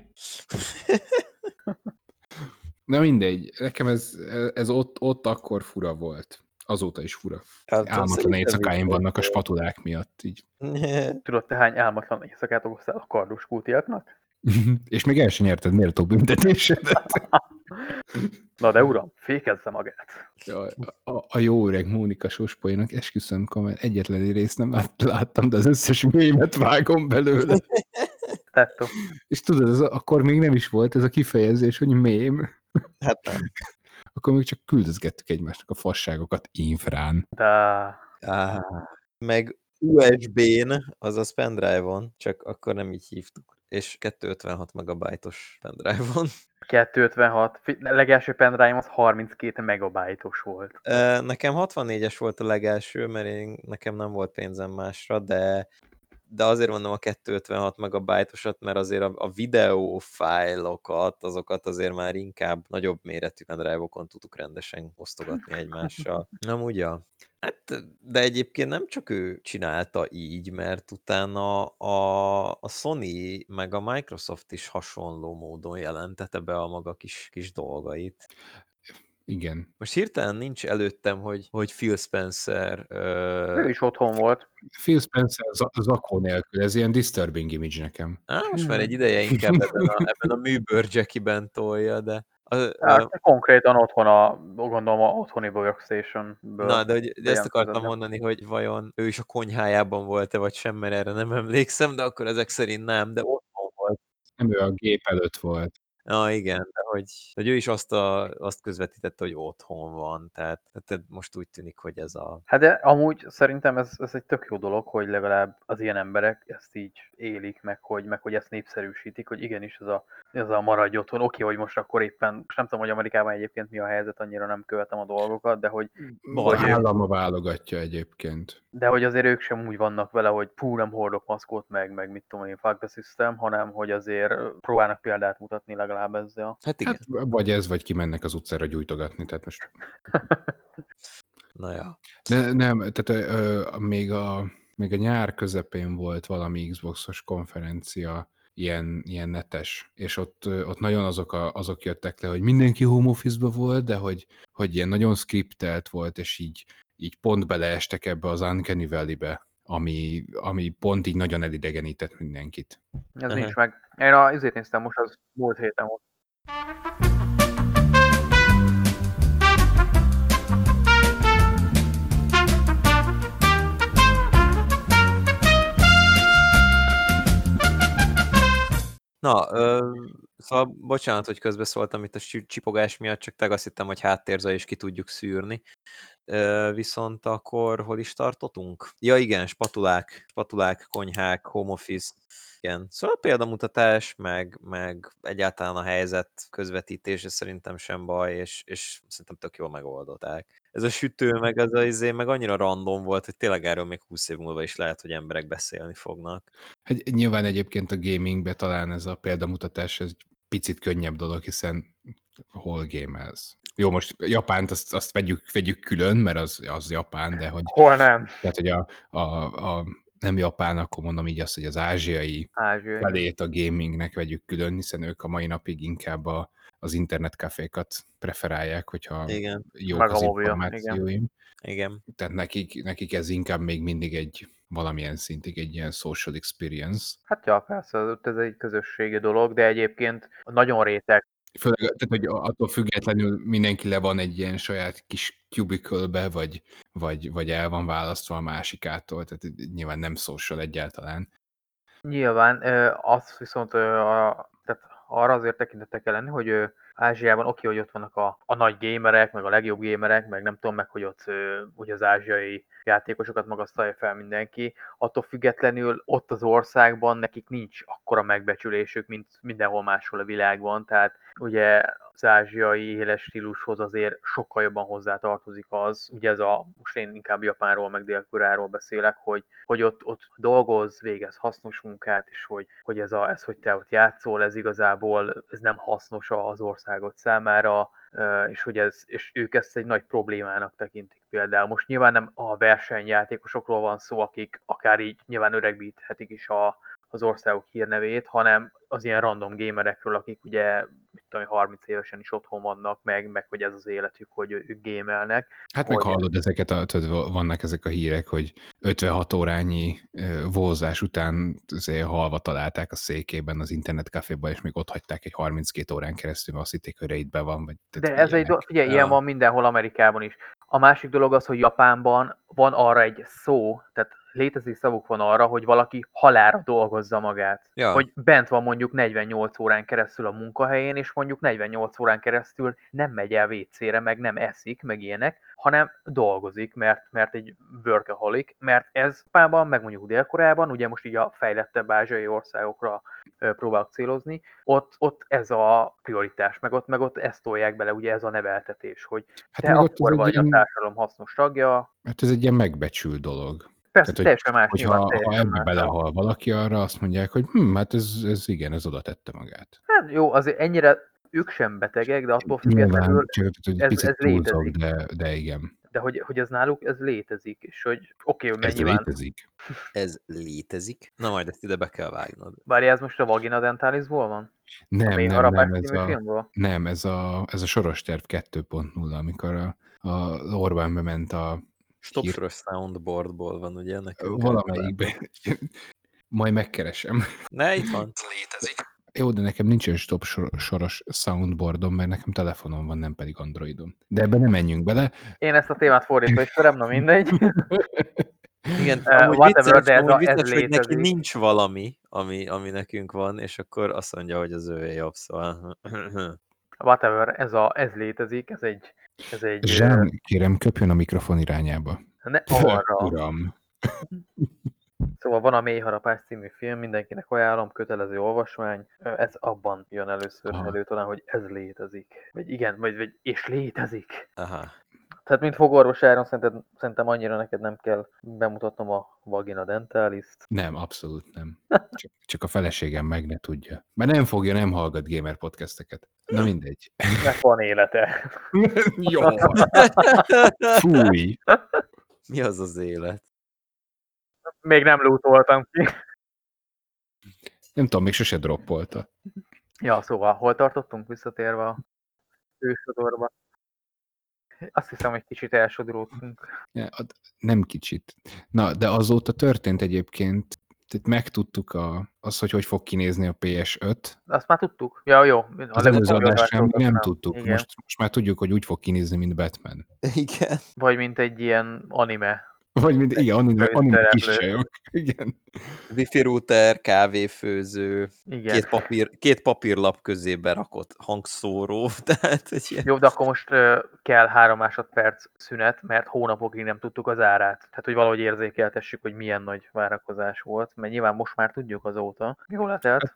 Na mindegy, nekem ez ott akkor fura volt. Azóta is fura. Álmatlan éjszakáim vannak a spatulák miatt. Így. Tudod, te hány álmatlan éjszakát okoztál a kardos kútiaknak? És még el sem nyerted méltó büntetésedet. Na de uram, fékezze magát. A jó öreg Mónika sóspolyának esküszöm, mert egyetlen részt nem láttam, de az összes mémet vágom belőle. Tetto. És tudod, akkor még nem is volt ez a kifejezés, hogy mém. Hát nem. Akkor még csak küldözgettük egymásnak a fasságokat infrán. De... Meg USB-n, azaz pendrive-on, csak akkor nem így hívtuk. És 256 megabajtos pendrive-on. 256. Legelső pendrive az 32 megabajtos volt. Nekem 64-es volt a legelső, mert nekem nem volt pénzem másra, de azért mondom a 256 megabajtosat, mert azért a videófájlokat, azokat azért már inkább nagyobb méretű pendrive-okon tudtuk rendesen osztogatni egymással. Nem ugye? Hát, de egyébként nem csak ő csinálta így, mert utána a Sony meg a Microsoft is hasonló módon jelentette be a maga kis dolgait. Igen. Most hirtelen nincs előttem, hogy Phil Spencer... Ő is otthon volt. Phil Spencer zakó nélkül, ez ilyen disturbing image nekem. Most már egy ideje inkább ebben a műbőrjackiben tolja, de... Konkrétan otthon gondolom a otthoni workstation-ből. Na, de ezt akartam mondani, hogy vajon ő is a konyhájában volt-e, vagy sem, mert erre nem emlékszem, de akkor ezek szerint nem, de otthon volt. Nem, ő a gép előtt volt. Igen, de hogy ő is azt közvetítette, hogy otthon van, tehát most úgy tűnik, hogy ez a... Hát de amúgy szerintem ez egy tök jó dolog, hogy legalább az ilyen emberek ezt így élik, meg hogy ezt népszerűsítik, hogy igenis ez a maradj otthon. Oké, hogy most akkor éppen, most nem tudom, hogy Amerikában egyébként mi a helyzet, annyira nem követem a dolgokat, de hogy... Az állama válogatja egyébként. De hogy azért ők sem úgy vannak vele, hogy nem hordok maszkot, meg mit tudom én, fuck the system, hanem hogy azért próbálnak példát mutatni legalább ezzel. Hát igen. Hát, vagy ez, vagy kimennek az utcára gyújtogatni, tehát most... Na ja. Nem, tehát még a nyár közepén volt valami Xboxos konferencia, ilyen netes, és ott nagyon azok jöttek le, hogy mindenki home office-ba volt, de hogy ilyen nagyon skriptelt volt, és így pont beleestek ebbe az Uncanny Valley-be, ami pont így nagyon elidegenített mindenkit. Ez nincs meg. Én azért néztem most, az múlt héten volt. Na, szóval bocsánat, hogy közbeszóltam itt a csipogás miatt, csak azt hittem, hogy háttérzaj és ki tudjuk szűrni. Viszont akkor hol is tartottunk? Ja igen, spatulák, konyhák, home office, igen. Szóval a példamutatás, meg egyáltalán a helyzet közvetítése szerintem sem baj, és szerintem tök jól megoldották. Ez a sütő, meg ez meg annyira random volt, hogy tényleg erről még 20 év múlva is lehet, hogy emberek beszélni fognak. Hát nyilván egyébként a gamingbe talán ez a példamutatás ez picit könnyebb dolog, hiszen hol gamelsz. Jó, most Japánt azt vegyük külön, mert az Japán, de hogy... Hol nem? Tehát, hogy a nem Japán, akkor mondom így azt, hogy az ázsiai felét a gamingnek vegyük külön, hiszen ők a mai napig inkább az internetkafékat preferálják, hogyha Igen. jók Meg a az mobil, információim. Igen. Tehát nekik ez inkább még mindig valamilyen szintig egy ilyen social experience. Hát ja, persze, ez egy közösségi dolog, de egyébként nagyon réteg. Főleg, tehát, hogy attól függetlenül mindenki le van egy ilyen saját kis cubicle-be, vagy el van választva a másikától, tehát nyilván nem social egyáltalán. Nyilván, azt viszont tehát arra azért tekintettel kell lenni, hogy Ázsiában oké, hogy ott vannak a nagy gémerek, meg a legjobb gémerek, meg nem tudom meg, hogy ott ugye az ázsiai játékosokat magasztalja fel mindenki. Attól függetlenül ott az országban nekik nincs akkora megbecsülésük, mint mindenhol máshol a világban, tehát ugye az ázsiai éles stílushoz azért sokkal jobban hozzátartozik az, ugye most én inkább Japánról, meg Dél-Koreáról beszélek, hogy ott dolgoz, végez hasznos munkát, és hogy ez, hogy te ott játszol, ez igazából ez nem hasznos az országot számára, és ők ezt egy nagy problémának tekintik például. Most nyilván nem a versenyjátékosokról van szó, akik akár így nyilván öregbíthetik is az országok hírnevét, hanem az ilyen random gamerekről, akik ugye 30 évesen is otthon vannak, meg hogy ez az életük, hogy ők gamelnek. Hát meg hallod ezeket, vannak ezek a hírek, hogy 56 órányi vózás után halva találták a székében az internetkaféban, és még ott hagyták egy 32 órán keresztül, mert azt hitték, hogy raidben van. Vagy de ez figyelj, ilyen van mindenhol Amerikában is. A másik dolog az, hogy Japánban van arra egy szó, tehát létezik szavuk van arra, hogy valaki halálra dolgozza magát. Ja. Hogy bent van mondjuk 48 órán keresztül a munkahelyén, és mondjuk 48 órán keresztül nem megy el WC-re, meg nem eszik, meg ilyenek, hanem dolgozik, mert egy workaholic, mert ez Japánban, meg mondjuk Dél-Koreában, ugye most így a fejlettebb ázsiai országokra próbálok célozni, ott ez a prioritás, meg ott ezt tolják bele, ugye ez a neveltetés, hogy Hát te akkor vagy a társadalom hasznos tagja. Hát ez egy ilyen megbecsült dolog. Persze, Tehát, teljesen más. Ha ebbe belehal valaki, arra azt mondják, hogy hát ez igen, ez oda tette magát. Hát jó, azért ennyire ők sem betegek, de attól függetlenül ez létezik. De igen. De hogy ez náluk, ez létezik, és hogy oké, hogy ez létezik. Ez létezik? Na majd ezt ide be kell vágnod. Várj, ez most a Vagina Dentalisból van? Nem, ez a Soros terv 2.0, amikor a Orbán bement a Stopsoros soundboardból van, ugye? Valamelyikben. Majd megkeresem. Ne, itt van. Létezik. Jó, de nekem nincsen stop-soros soundboardom, mert nekem telefonon van, nem pedig Androidon. De ebben nem menjünk bele. Én ezt a témát fordítva ismerem, na mindegy. Igen, amúgy vicces, hogy neki nincs valami, ami nekünk van, és akkor azt mondja, hogy az övé jobb, szóval... Whatever, ez létezik, ez egy... Zsán, kérem, köpjön a mikrofon irányába. Ne arra. Uram. Szóval van a Mélyharapás című film, mindenkinek ajánlom, kötelező olvasmány. Ez abban jön először elő talán, hogy ez létezik. Vagy igen, és létezik. Aha. Tehát, mint fogorvos Áron, szerintem annyira neked nem kell bemutatnom a Vagina Dentalist. Nem, abszolút nem. Csak a feleségem meg ne tudja. Mert nem hallgat gamer podcasteket. Na mindegy. Mert van élete. Jó. Fúj. Mi az az élet? Még nem lootoltam ki. Nem tudom, még sose droppolta. Ja, szóval hol tartottunk visszatérve a ősodorba? Azt hiszem, hogy kicsit elsodródtunk. Nem kicsit. Na, de azóta történt egyébként, tehát megtudtuk azt, hogy fog kinézni a PS5. Azt már tudtuk? Ja, jó. Az előző adásra nem tudtuk. Most már tudjuk, hogy úgy fog kinézni, mint Batman. Igen. Vagy mint egy ilyen anime. Vagy igen, anime kis Szereplő. csajok. Igen. Wifi router, kávéfőző, Igen. két papírlap közé berakott hangszóró, tehát egy ilyen... Jó, de akkor most kell 3 másodperc szünet, mert hónapokig nem tudtuk az árát. Tehát, hogy valahogy érzékeltessük, hogy milyen nagy várakozás volt, mert nyilván most már tudjuk azóta. Jól letelt.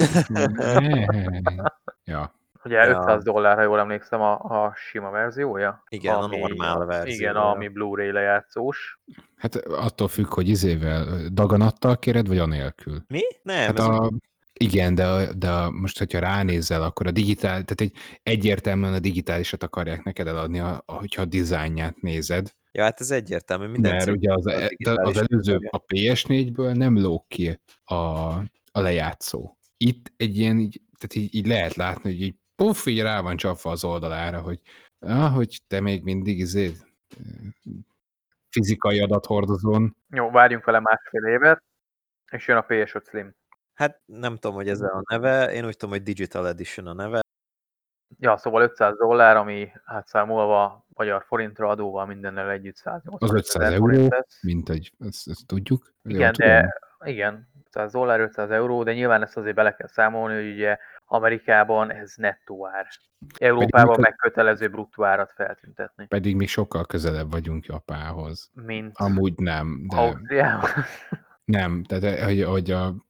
Ja. Ugye Ja. $500, ha jól emlékszem, a sima verziója. Igen, a normál verziója. Igen, ami Blu-ray lejátszós. Hát attól függ, hogy izével daganattal kéred, vagy anélkül. Mi? Nem, Hát igen, de most, hogyha ránézzel, akkor a digitál, tehát egyértelműen a digitálisat akarják neked eladni, hogyha a dizájnját nézed. Ja, hát ez egyértelmű. Minden Mert cég ugye az digitális előző, akarja. a PS4-ből nem lóg ki a lejátszó. Itt egy ilyen, tehát így lehet látni, hogy így puff, így rá van csapva az oldalára, hogy te még mindig fizikai adathordozón. Jó, várjunk vele másfél évet, és jön a PS5 Slim. Hát nem tudom, hogy ez a neve, én úgy tudom, hogy Digital Edition a neve. Ja, szóval $500, ami átszámolva magyar forintra adóval mindennel együtt 180 Az 500 000 euró, forint lesz. mint hogy ezt tudjuk. Igen, de igen, $500, 500 euró, de nyilván ezt azért bele kell számolni, hogy ugye Amerikában ez nettó ár. Európában meg kötelező bruttó árat feltüntetni. Pedig mi sokkal közelebb vagyunk Japánhoz. Mint Amúgy nem, de Ausztriában. nem, tehát hogy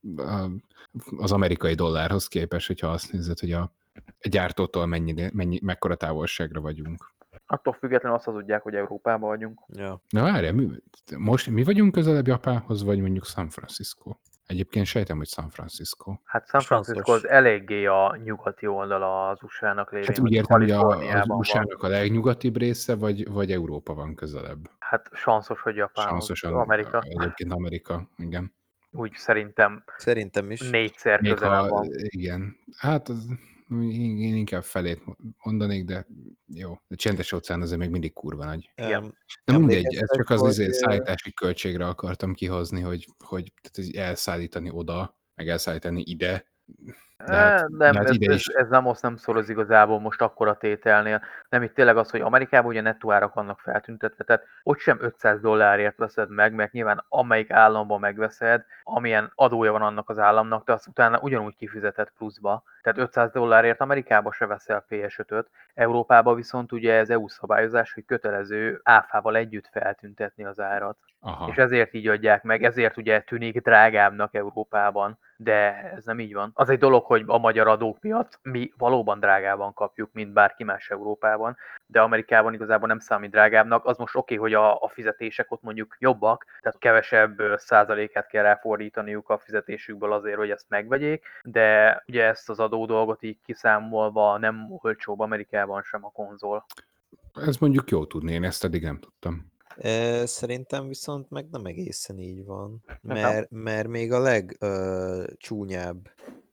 az amerikai dollárhoz képest, hogyha azt nézed, hogy a gyártótól mekkora távolságra vagyunk. Attól függetlenül azt hazudják, hogy Európában vagyunk. Ja. Na várjál, most mi vagyunk közelebb Japánhoz, vagy mondjuk San Francisco? Egyébként sejtem, hogy San Francisco. Hát San Francisco az eléggé a nyugati oldala az USA-nak lévén. Hát úgy értem, hogy az Kaliforniában USA-nak a legnyugatibb része, vagy Európa van közelebb? Hát sanszos, hogy Japán, Sanszosan, Amerika. egyébként Amerika, igen. Úgy szerintem is. 4-szer Még közelebb van. igen, hát én inkább felét mondanék, de jó. A csendes óceán azért még mindig kurva nagy. Igen. De mindegy, ez csak az szállítási költségre akartam kihozni, hogy elszállítani oda, meg elszállítani ide. Nem, ide is. ez nem szoroz igazából most akkora tételnél. Nem, itt tényleg az, hogy Amerikában ugye nettó árak vannak feltüntetve, tehát ott sem $500 veszed meg, mert nyilván amelyik államban megveszed, amilyen adója van annak az államnak, de azt utána ugyanúgy kifizetett pluszba. Tehát $500 Amerikába se veszel PS5-öt, Európában viszont ugye ez EU szabályozás, hogy kötelező áfával együtt feltüntetni az árat. Aha. És ezért így adják meg, ezért ugye tűnik drágábbnak Európában, de ez nem így van. Az egy dolog, hogy a magyar adók miatt mi valóban drágában kapjuk, mint bárki más Európában, de Amerikában igazából nem számít drágábbnak. Az most oké, hogy a fizetések ott mondjuk jobbak, tehát kevesebb százalékát kell ráfordítaniuk a fizetésükből azért, hogy ezt megvegyék, de ugye ezt az adó dolgot így kiszámolva nem olcsóbb Amerikában sem a konzol. Ez mondjuk jó tudni, én ezt eddig nem tudtam. Szerintem viszont meg nem egészen így van, Nem. mert még a legcsúnyább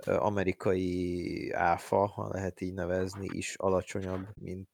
amerikai áfa, ha lehet így nevezni, is alacsonyabb,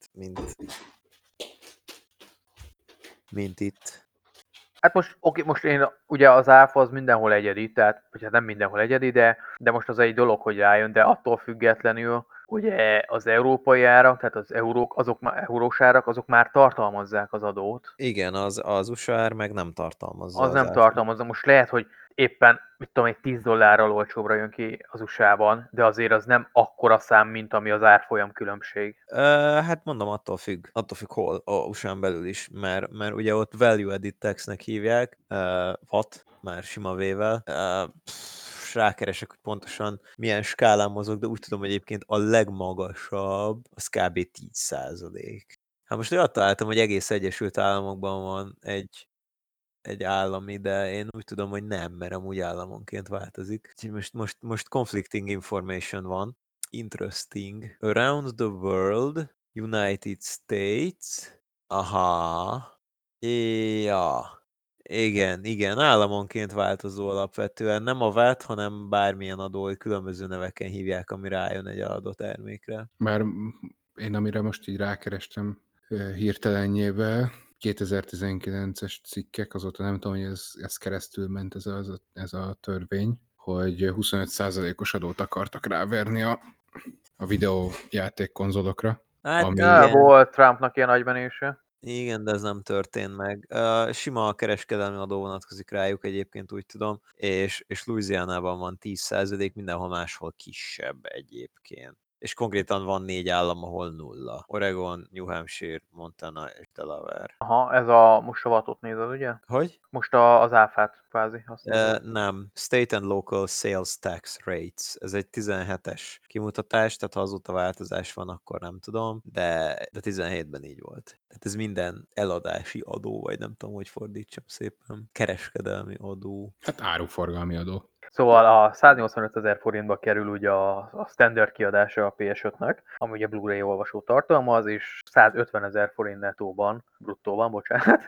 mint itt. Hát most én ugye az áfa az mindenhol egyedi, tehát vagy hát nem mindenhol egyedi, de most az egy dolog, hogy rájön, de attól függetlenül ugye az európai árak, tehát az eurós árak, azok már tartalmazzák az adót. Igen, az USA ár meg nem tartalmazza Az nem áfát. tartalmazza. Most lehet, hogy éppen, mit tudom, egy $10 olcsóbbra jön ki az USA-ban, de azért az nem akkora szám, mint ami az árfolyam különbség. Hát mondom, attól függ hol, a USA-n belül is, mert ugye ott value added taxnek hívják, VAT, már sima V-vel, rákeresek, hogy pontosan milyen skálán mozog, de úgy tudom, hogy egyébként a legmagasabb az kb. 10%. Hát most olyat találtam, hogy egész Egyesült Államokban van egy állami, de én úgy tudom, hogy nem, mert amúgy államonként változik. Úgyhogy most conflicting information van. Interesting. Around the world, United States. Aha. Ja. Igen, államonként változó alapvetően. Nem a VAT, hanem bármilyen adó, hogy különböző neveken hívják, ami rájön egy adott termékre. Már én amire most így rákerestem hirtelenjével, 2019-es cikkek, azóta nem tudom, hogy ez keresztül ment ez a törvény, hogy 25%-os adót akartak ráverni a videójáték konzolokra. Hát ami, igen. Volt Trumpnak ilyen nagybenése. Igen, de ez nem történt meg. Sima kereskedelmi adó vonatkozik rájuk egyébként, úgy tudom, és Louisianában van 10%, mindenhol máshol kisebb egyébként. És konkrétan van 4 állam, ahol 0. Oregon, New Hampshire, Montana és Delaware. Aha, ez a most a vatot nézed, ugye? Hogy? Most az áfát kvázi, azt nézed. Nem. State and Local Sales Tax Rates. Ez egy 17-es kimutatás, tehát ha azóta változás van, akkor nem tudom, de 17-ben így volt. Tehát ez minden eladási adó, vagy nem tudom, hogy fordítsam szépen. Kereskedelmi adó. Hát áruforgalmi adó. Szóval a 185 000 forintba kerül ugye a standard kiadása a PS5-nek, ami ugye Blu-ray olvasó tartalmaz, és 150 000 forint nettóban, bruttóban, bocsánat,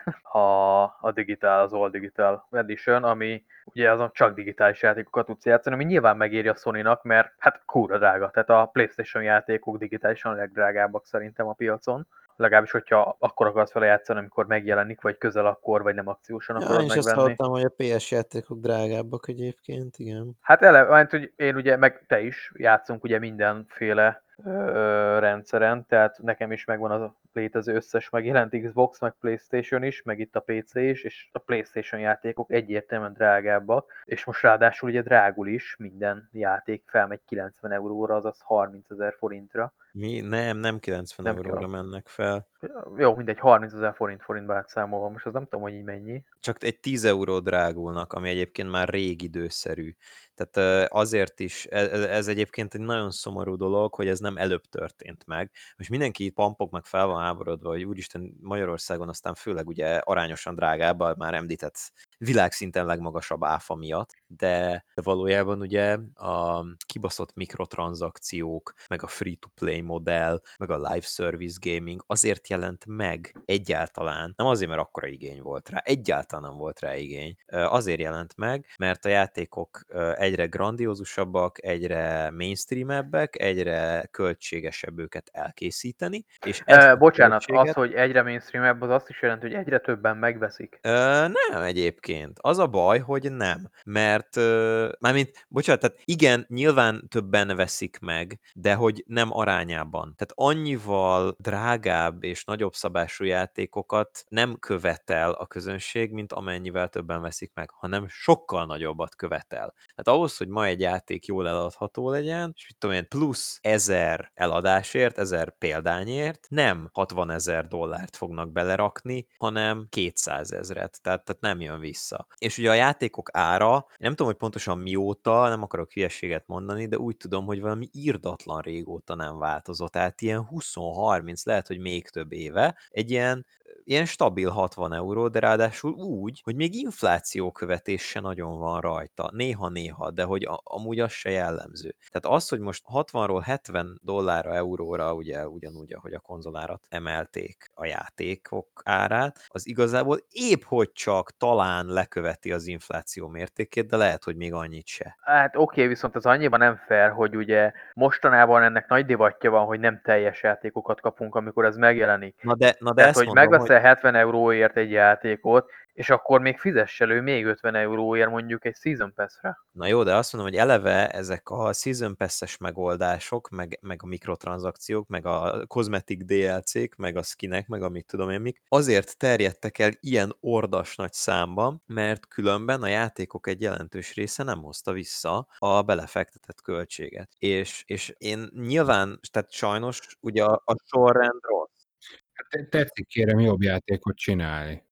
a digital, az All Digital Edition, ami ugye azon csak digitális játékokat tudsz játszani, ami nyilván megéri a Sony-nak, mert hát kurva drága, tehát a PlayStation játékok digitálisan a legdrágábbak szerintem a piacon. Legalábbis, hogyha akkor akarsz vele játszani, amikor megjelenik, vagy közel akkor, vagy nem akciósan Ja, akarod én is azt megvenni. hallottam, hogy a PS játékok drágábbak egyébként, igen. Hát eleve, hogy én ugye, meg te is játszunk ugye mindenféle rendszeren, tehát nekem is megvan az a létező összes megjelent Xbox, meg PlayStation is, meg itt a PC is, és a PlayStation játékok egyértelműen drágábbak, és most ráadásul ugye drágul is, minden játék felmegy 90 euróra, azaz 30 000 forintra. Nem 90 Nem euróra kell. mennek fel. Jó, mindegy, 30 000 forintba átszámolva, most az nem tudom, hogy így mennyi. Csak egy 10 euró drágulnak, ami egyébként már rég időszerű. Tehát azért is, ez egyébként egy nagyon szomorú dolog, hogy ez nem előbb történt meg. Most mindenki itt pampok meg fel van háborodva, hogy úristen Magyarországon aztán főleg ugye arányosan drágább, a már említett világszinten legmagasabb áfa miatt, de valójában ugye a kibaszott mikrotranszakciók, meg a free-to-play modell, meg a live service gaming azért jelent meg egyáltalán, nem azért, mert akkora igény volt rá, egyáltalán nem volt rá igény. Azért jelent meg, mert a játékok egyre grandiózusabbak, egyre mainstreamebbek, egyre költségesebb őket elkészíteni, és Bocsánat, az, hogy egyre mainstreamebb, az azt is jelenti, hogy egyre többen megveszik. Nem egyébként. Az a baj, hogy nem. Mert, mármint, bocsánat, tehát igen, nyilván többen veszik meg, de hogy nem arányában. Tehát annyival drágább és nagyobb szabású játékokat nem követel a közönség, mint amennyivel többen veszik meg, hanem sokkal nagyobbat követel. Tehát ahhoz, hogy ma egy játék jól eladható legyen, és mit tudom én, plusz 1000 eladásért, 1000 példányért nem 60 000 dollárt fognak belerakni, hanem 200 000-et, tehát nem jön vissza. És ugye a játékok ára, nem tudom, hogy pontosan mióta, nem akarok hülyeséget mondani, de úgy tudom, hogy valami irdatlan régóta nem változott, tehát ilyen 20-30, lehet, hogy még több éve, egy ilyen stabil 60 euró, de ráadásul úgy, hogy még inflációkövetés se nagyon van rajta. Néha-néha, de hogy amúgy az se jellemző. Tehát az, hogy most 60-ról 70 dollárra, euróra, ugye ugyanúgy, ahogy a konzolárat emelték a játékok árát, az igazából épp hogy csak talán leköveti az infláció mértékét, de lehet, hogy még annyit se. Hát oké, viszont az annyiban nem fair, hogy ugye mostanában ennek nagy divatja van, hogy nem teljes játékokat kapunk, amikor ez megjelenik. Na de Tehát, ezt hogy mondom, megveszel 70 euróért egy játékot, és akkor még fizess elő még 50 euróért mondjuk egy Season Pass-re. Na jó, de azt mondom, hogy eleve ezek a Season Pass-es megoldások, meg a mikrotranszakciók, meg a kozmetik DLC-k, meg a skinek, meg amit tudom én mik, azért terjedtek el ilyen ordas nagy számban, mert különben a játékok egy jelentős része nem hozta vissza a belefektetett költséget. És én nyilván, tehát sajnos ugye a sorrend rossz. Hát tetszik kérem jobb játékot csinálni.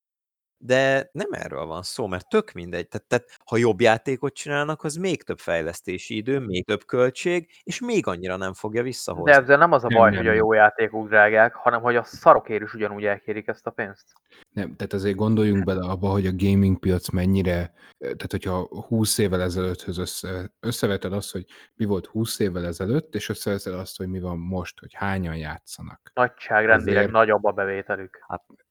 De nem erről van szó, mert tök mindegy. Tehát ha jobb játékot csinálnak, az még több fejlesztési idő, még több költség, és még annyira nem fogja De visszahozni. ezzel nem az a Nem, baj, nem, hogy a nem. jó játékok drágák, hanem hogy a szarokért is ugyanúgy elkérik ezt a pénzt. Nem, tehát azért gondoljunk bele abba, hogy a gaming piac mennyire, tehát hogyha 20 évvel ezelőtthöz összeveted azt, hogy mi volt 20 évvel ezelőtt, és összeveted azt, hogy mi van most, hogy hányan játszanak. Nagyságrendileg Azért- nagyobb a bevételük.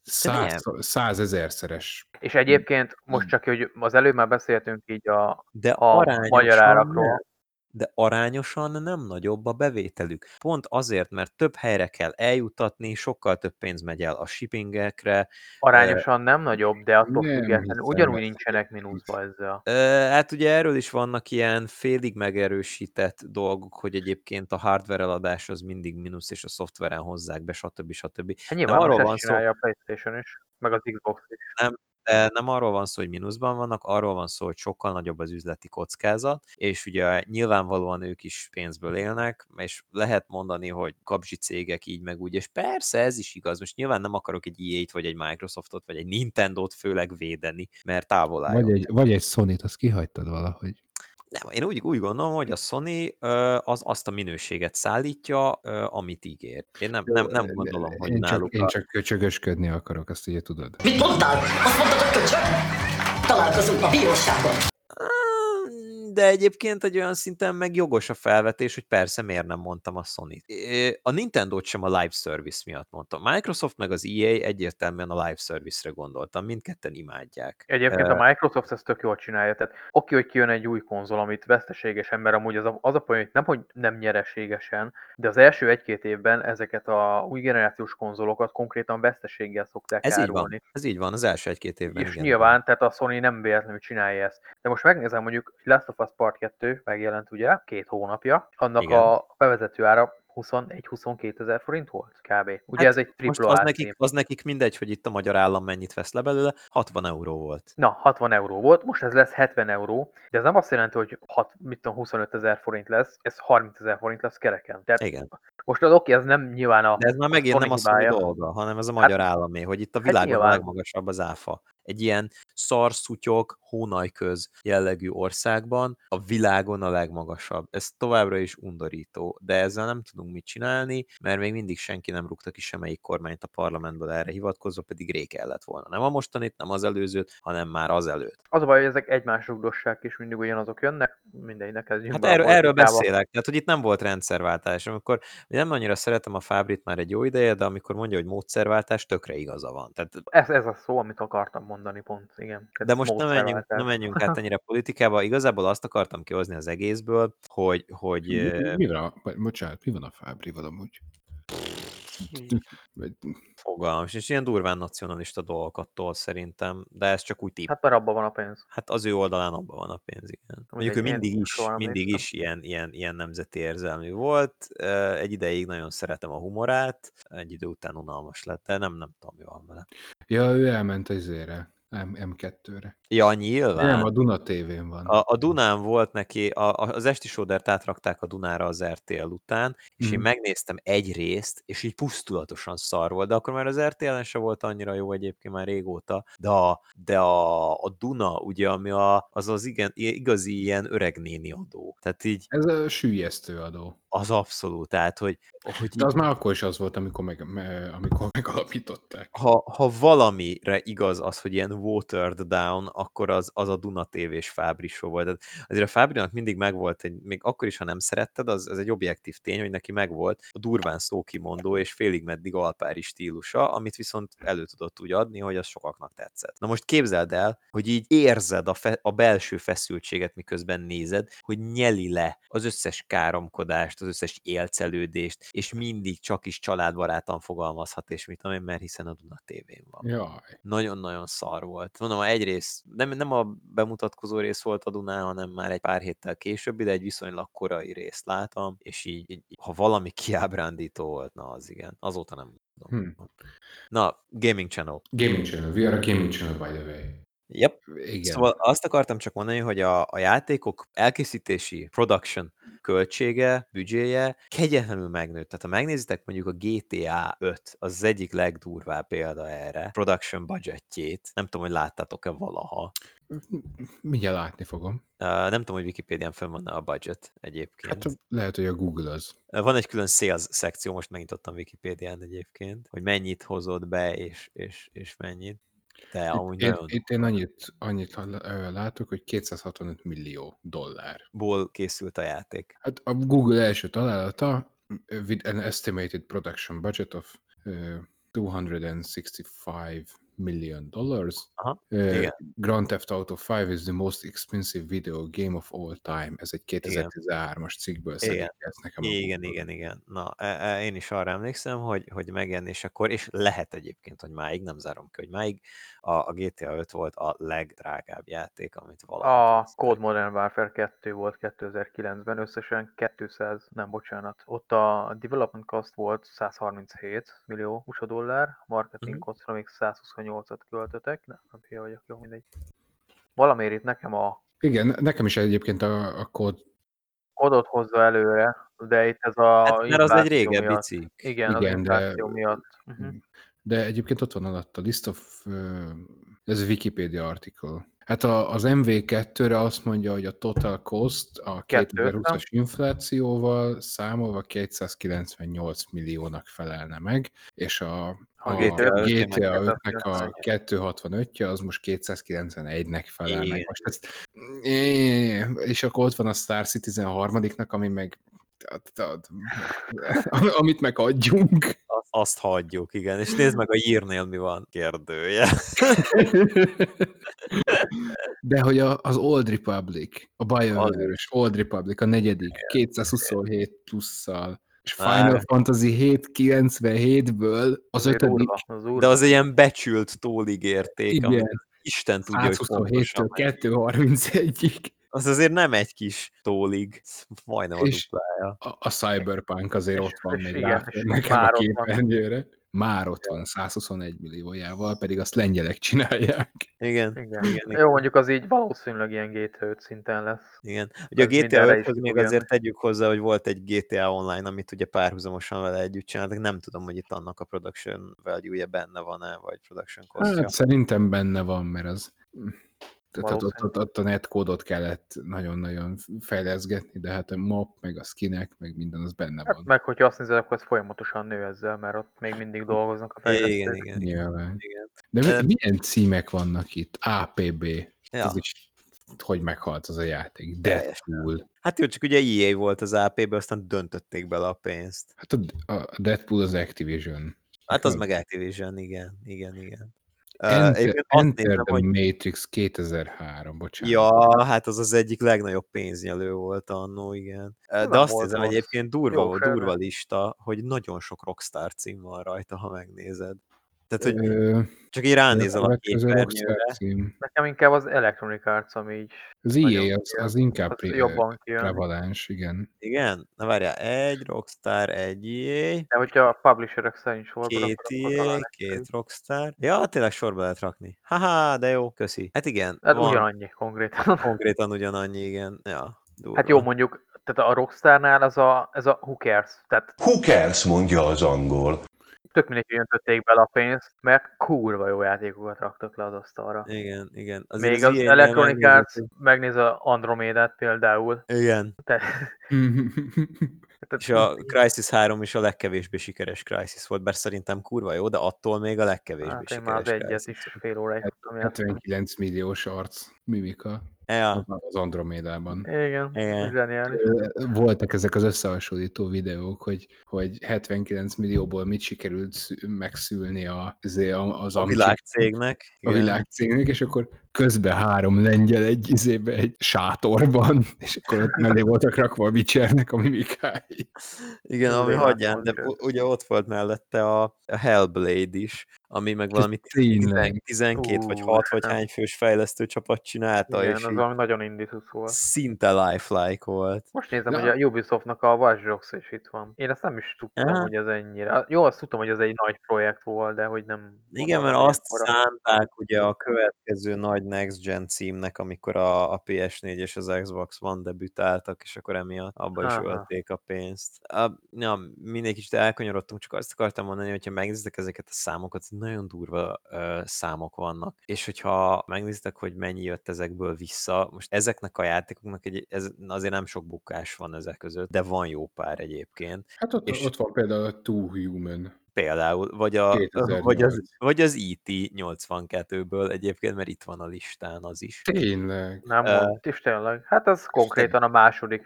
100 000-szeres. És egyébként most csak, hogy az előbb már beszéltünk így De a magyar arányosan árakról. nem. de arányosan nem nagyobb a bevételük. Pont azért, mert több helyre kell eljutatni, sokkal több pénz megy el a shippingekre. Arányosan nem nagyobb, de attól Nem függetlenül hiszem ugyanúgy ezt nincsenek egyébként. mínuszba ezzel. Hát ugye erről is vannak ilyen félig megerősített dolgok, hogy egyébként a hardware eladás az mindig mínusz, és a szoftveren hozzák be, stb. Stb. Hát Nem nyilván most arról ezt van szó, csinálja a PlayStation is, meg az Xbox is. nem arról van szó, hogy mínuszban vannak, arról van szó, hogy sokkal nagyobb az üzleti kockázat, és ugye nyilvánvalóan ők is pénzből élnek, és lehet mondani, hogy kapzsi cégek így meg úgy, és persze ez is igaz, most nyilván nem akarok egy EA-t, vagy egy Microsoftot, vagy egy Nintendót főleg védeni, mert távol álljon. Vagy egy Sony-t, azt kihagytad valahogy. Nem, én úgy gondolom, hogy a Sony az azt a minőséget szállítja, amit ígér. Én nem gondolom, hogy náluk Én csak köcsögösködni akarok, azt ugye tudod. Mit mondtál? Azt mondtad, hogy köcsög? Találkozunk a bíróságon. De egyébként egy olyan szinten meg jogos a felvetés, hogy persze miért nem mondtam a Sony-t. A Nintendo-t sem a live service miatt mondtam. Microsoft meg az EA egyértelműen a live service-re gondoltam, mindketten imádják. Egyébként a Microsoft ezt tök jól csinálja, tehát oké, hogy kijön egy új konzol, amit veszteségesen, mert amúgy az a poén, hogy nem nyereségesen, de az első 1-2 évben ezeket a új generációs konzolokat konkrétan veszteséggel szokták árulni. Ez így van, az első 1-2 évben. És igen. nyilván, tehát a Sony nem véletlenül csinálja ezt. De most megnézem, mondjuk Last of Us Part 2 megjelent ugye 2 hónapja, annak Igen. a bevezető ára 21-22 ezer forint volt kb. Ugye Hát ez egy most AAA cím. az nekik mindegy, hogy itt a magyar állam mennyit vesz le belőle, 60 euró volt. Na, 60 euró volt, most ez lesz 70 euró, de ez nem azt jelenti, hogy 25 ezer forint lesz, ez 30 ezer forint lesz kereken. Tehát Igen. most az oké, ez nem nyilván a De ez már megint Sony nem a Sony hibája. dolga, hanem ez a magyar államé, hogy itt a világon a nyilván. legmagasabb az áfa. Egy ilyen szarszutyok, hónajköz jellegű országban a világon a legmagasabb. Ez továbbra is undorító, de ezzel nem tudunk mit csinálni, mert még mindig senki nem rúgta ki semmelyik kormányt a parlamentből erre hivatkozva, pedig rég kellett volna. Nem a mostanit, nem az előzőt, hanem már az előtt. Az a baj, hogy ezek egymás rugdossák és mindig ugyanazok jönnek, mindegynek kezdjünk Hát be a erről politikába. beszélek, tehát hogy itt nem volt rendszerváltás. Amikor nem annyira szeretem a Fábrit már egy jó ideje, de amikor mondja, hogy módszerváltás, tökre igaza van. Tehát, Ez a szó, amit akartam mondani pont, igen. de most nem Módszerváltás. menjünk át ennyire politikába. Igazából azt akartam kihozni az egészből, hogy Mi van bocsánat, mi van a Fábrival amúgy? fogalmam, és ilyen durván nacionalista dolgokat tol szerintem, de ez csak úgy tipp. Hát mert abban van a pénz. Hát az ő oldalán abban van a pénz, igen. Mondjuk ő Mindegy, soha nem mindig is ilyen nemzeti érzelmű volt. Egy ideig nagyon szeretem a humorát, egy idő után unalmas lett, de nem tudom, mi van vele. Ja, ő elment ezére, M2-re. Ja, nyilván. Nem, a Duna TV-n van. A Dunán volt neki, az esti sódert átrakták a Dunára az RTL után, és én megnéztem egy részt, és így pusztulatosan szar volt, de akkor már az RTL-en se volt annyira jó egyébként már régóta, de a Duna, ugye, ami az igen, igazi ilyen öregnéni adó. Tehát így Ez a süllyesztő adó. az abszolút, tehát, hogy De az már akkor is az volt, amikor megalapították. ha valamire igaz az, hogy ilyen watered down, akkor az a Duna TV-s Fábri show volt. Tehát azért a Fábrinak mindig megvolt, még akkor is, ha nem szeretted, az egy objektív tény, hogy neki megvolt a durván szókimondó és félig meddig alpári stílusa, amit viszont elő tudott úgy adni, hogy az sokaknak tetszett. Na most képzeld el, hogy így érzed a belső feszültséget, miközben nézed, hogy nyeli le az összes káromkodást, az összes élcelődést, és mindig csak is családbarátan fogalmazhat, és mit tudom én, mert hiszen a Duna TV-n van. Jaj. Nagyon-nagyon szar volt. Mondom, egy rész, nem a bemutatkozó rész volt a Dunán, hanem már egy pár héttel későbbi, de egy viszonylag korai részt láttam, és így ha valami kiábrándító volt, na az igen. Azóta nem tudom. Na, Gaming Channel. Gaming Channel. We are a Gaming Channel, by the way. Yep. Igen. Szóval azt akartam csak mondani, hogy a játékok elkészítési, production költsége, büdzséje kegyetlenül megnőtt. Tehát ha megnézitek mondjuk a GTA 5, az egyik legdurvább példa erre, production budgetjét. Nem tudom, hogy láttátok-e valaha. Mindjárt látni fogom. Nem tudom, hogy Wikipédián fönn van a budget egyébként. Hát lehet, hogy a Google az. Van egy külön sales szekció, most megnyitottam Wikipédián egyébként, hogy mennyit hozott be, és mennyit. De amúgy Itt én annyit látok, hogy 265 millió dollár. ból készült a játék. Hát a Google első találata, with an estimated production budget of 265 million. Aha, igen. Grand Theft Auto 5 is the most expensive video game of all time. Ez egy 2013-as cikkből szedik Igen. ezt nekem. Igen. Na, én is arra emlékszem, hogy megjelenésekor, és lehet egyébként, hogy máig, nem zárom ki, hogy máig, a GTA 5 volt a legdrágább játék, amit valaha A készítettek. Code Modern Warfare 2 volt 2009-ben, összesen 200, nem bocsánat, ott a development cost volt 137 millió USA dollár, marketing costra még 128-at költöttek, nem hülye vagyok, jó, mindegy. Valamiért itt nekem a Igen, nekem is egyébként a kód. kodot hozza előre, de itt ez a Hát, mert az egy infláció régebbi miatt. cikk. Igen, az Igen, infláció miatt. De egyébként ott van alatt a list of... ez a Wikipedia article. Hát az MV2-re azt mondja, hogy a total cost a 2020-as inflációval számolva 298 milliónak felelne meg, és a GTA 5-nek a 265-je az most 291-nek felel meg. Most ezt, és akkor ott van a Star Citizen harmadiknak, ami meg amit megadjunk. Azt hagyjuk, igen. És nézd meg a Year-nél mi van, kérdője. De hogy az Old Republic, a BioWare-es Old Republic, a negyedik, 227 plusszal, és Final Fantasy 7 97-ből az ötödik. De az ilyen becsült tólig érték, amit Isten tudja, hogy 127-től 231-ig. Az azért nem egy kis tólig, majdnem a duplája. A Cyberpunk azért ott van még nekem a képernyőre. Már ott van 121 milliójával, pedig azt lengyelek csinálják. Igen. Jó, mondjuk az így valószínűleg ilyen GTA 5 szinten lesz. Igen. Ugye a GTA 5-höz még azért tegyük hozzá, hogy volt egy GTA Online, amit ugye párhuzamosan vele együtt csináltak. Nem tudom, hogy itt annak a production value-je benne van-e, vagy production cost-ja. Hát szerintem benne van, mert az... Tehát ott a netkódot kellett nagyon-nagyon fejleszgetni, de hát a map, meg a skinek, meg minden az benne van. Hát meg, hogyha azt nézed, akkor ez folyamatosan nő ezzel, mert ott még mindig dolgoznak a fejlesztők. Igen. De milyen címek vannak itt? APB. Ja. Ez is, hogy meghalt az a játék. Deadpool. Hát jó, csak ugye EA volt az AP-be, aztán döntötték bele a pénzt. Hát a Deadpool az Activision. Hát az meg Activision, igen. Enter the Matrix 2003, bocsánat. Ja, hát az egyik legnagyobb pénznyelő volt annó, igen. De azt hiszem egyébként durva lista, hogy nagyon sok Rockstar cím van rajta, ha megnézed. Tehát, hogy csak így ránézel a képernyőre. Nekem inkább az Electronic Arts, ami így... Az EA az inkább jobban kijön. prevalens, igen. Igen? Na várjál, egy Rockstar, egy EA. De hogyha a publisherek szerint sorba két EA, két Rockstar. Ja, tényleg sorba lehet rakni. Haha, de jó, köszi. Hát igen. Hát ugyanannyi konkrétan. Konkrétan ugyanannyi, igen. Ja, durva. Hát jó, mondjuk, tehát a Rockstarnál ez a who cares. Tehát Who cares, mondja az angol. tök mindegy, hogy öntötték bele a pénzt, mert kurva jó játékokat raktak le az asztalra. Igen. Azért még az Electronic Arts megnéz a Andromédát például. Igen. És a Crysis 3 is a legkevésbé sikeres Crysis volt, bár szerintem kurva jó, de attól még a legkevésbé hát sikeres. Én már az egyet is fél óráig tudtam. 79 milliós arc mimika. Ja. Az Andromédában. Igen. Zseniális. Voltak ezek az összehasonlító videók, hogy 79 millióból mit sikerült megszülni az a világcégnek. A világcégnek, és akkor közben 3 lengyel egy sátorban, és akkor ott mellé voltak rakva a Witchernek a mimikái. Igen, ami hagyján, de ugye ott volt mellette a Hellblade is, ami meg valami 12 vagy 6 vagy hány fős fejlesztő csapat csinálta. Igen, és az valami nagyon indítus volt. Szinte lifelike volt. Most nézem, hogy a Ubisoftnak a Watch Dogs is itt van. Én ezt nem is tudtam, hogy ez ennyire. Jó, azt tudtam, hogy ez egy nagy projekt volt, de hogy nem... Igen, mert azt szánták ugye a következő nagy Next Gen címnek, amikor a PS4 és az Xbox One debütáltak, és akkor emiatt abba is ölték a pénzt. Ja, mindig kicsit elkanyarodtunk, csak azt akartam mondani, hogyha megnézitek ezeket a számokat, nagyon durva számok vannak. És hogyha megnézitek, hogy mennyi jött ezekből vissza, most ezeknek a játékoknak azért nem sok bukás van ezek között, de van jó pár egyébként. Hát ott van például a Two Human. Például, vagy az E.T. 82-ből egyébként, mert itt van a listán az is. Tényleg? Nem mondott is tényleg. Hát az konkrétan a második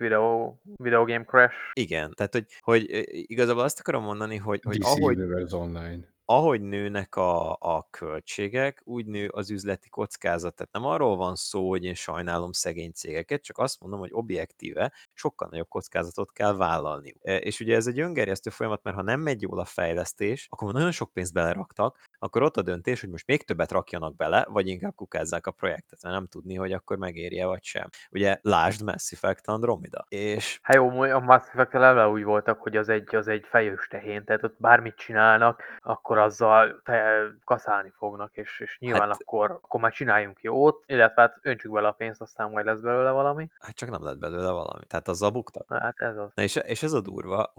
Video Game Crash. Igen, tehát hogy igazából azt akarom mondani, hogy ahogy... Universe Online. ahogy nőnek a költségek, úgy nő az üzleti kockázat. Tehát nem arról van szó, hogy én sajnálom szegény cégeket, csak azt mondom, hogy objektíve sokkal nagyobb kockázatot kell vállalni. És ugye ez egy öngerjesztő folyamat, mert ha nem megy jól a fejlesztés, akkor nagyon sok pénzt beleraktak, akkor ott a döntés, hogy most még többet rakjanak bele, vagy inkább kukázzák a projektet, mert nem tudni, hogy akkor megérje vagy sem. Ugye lásd Mass Effect Andromeda. És Hát jó, a Mass Effect-tel eleve úgy voltak, hogy az egy fejős tehén, tehát ott bármit csinálnak, akkor azzal kaszálni fognak, és nyilván Hát- akkor már csináljunk jót, illetve hát öntsük bele a pénzt, aztán majd lesz belőle valami. hát csak nem lett belőle valami. Tehát azzal buktak. Hát ez az. Na és ez a durva,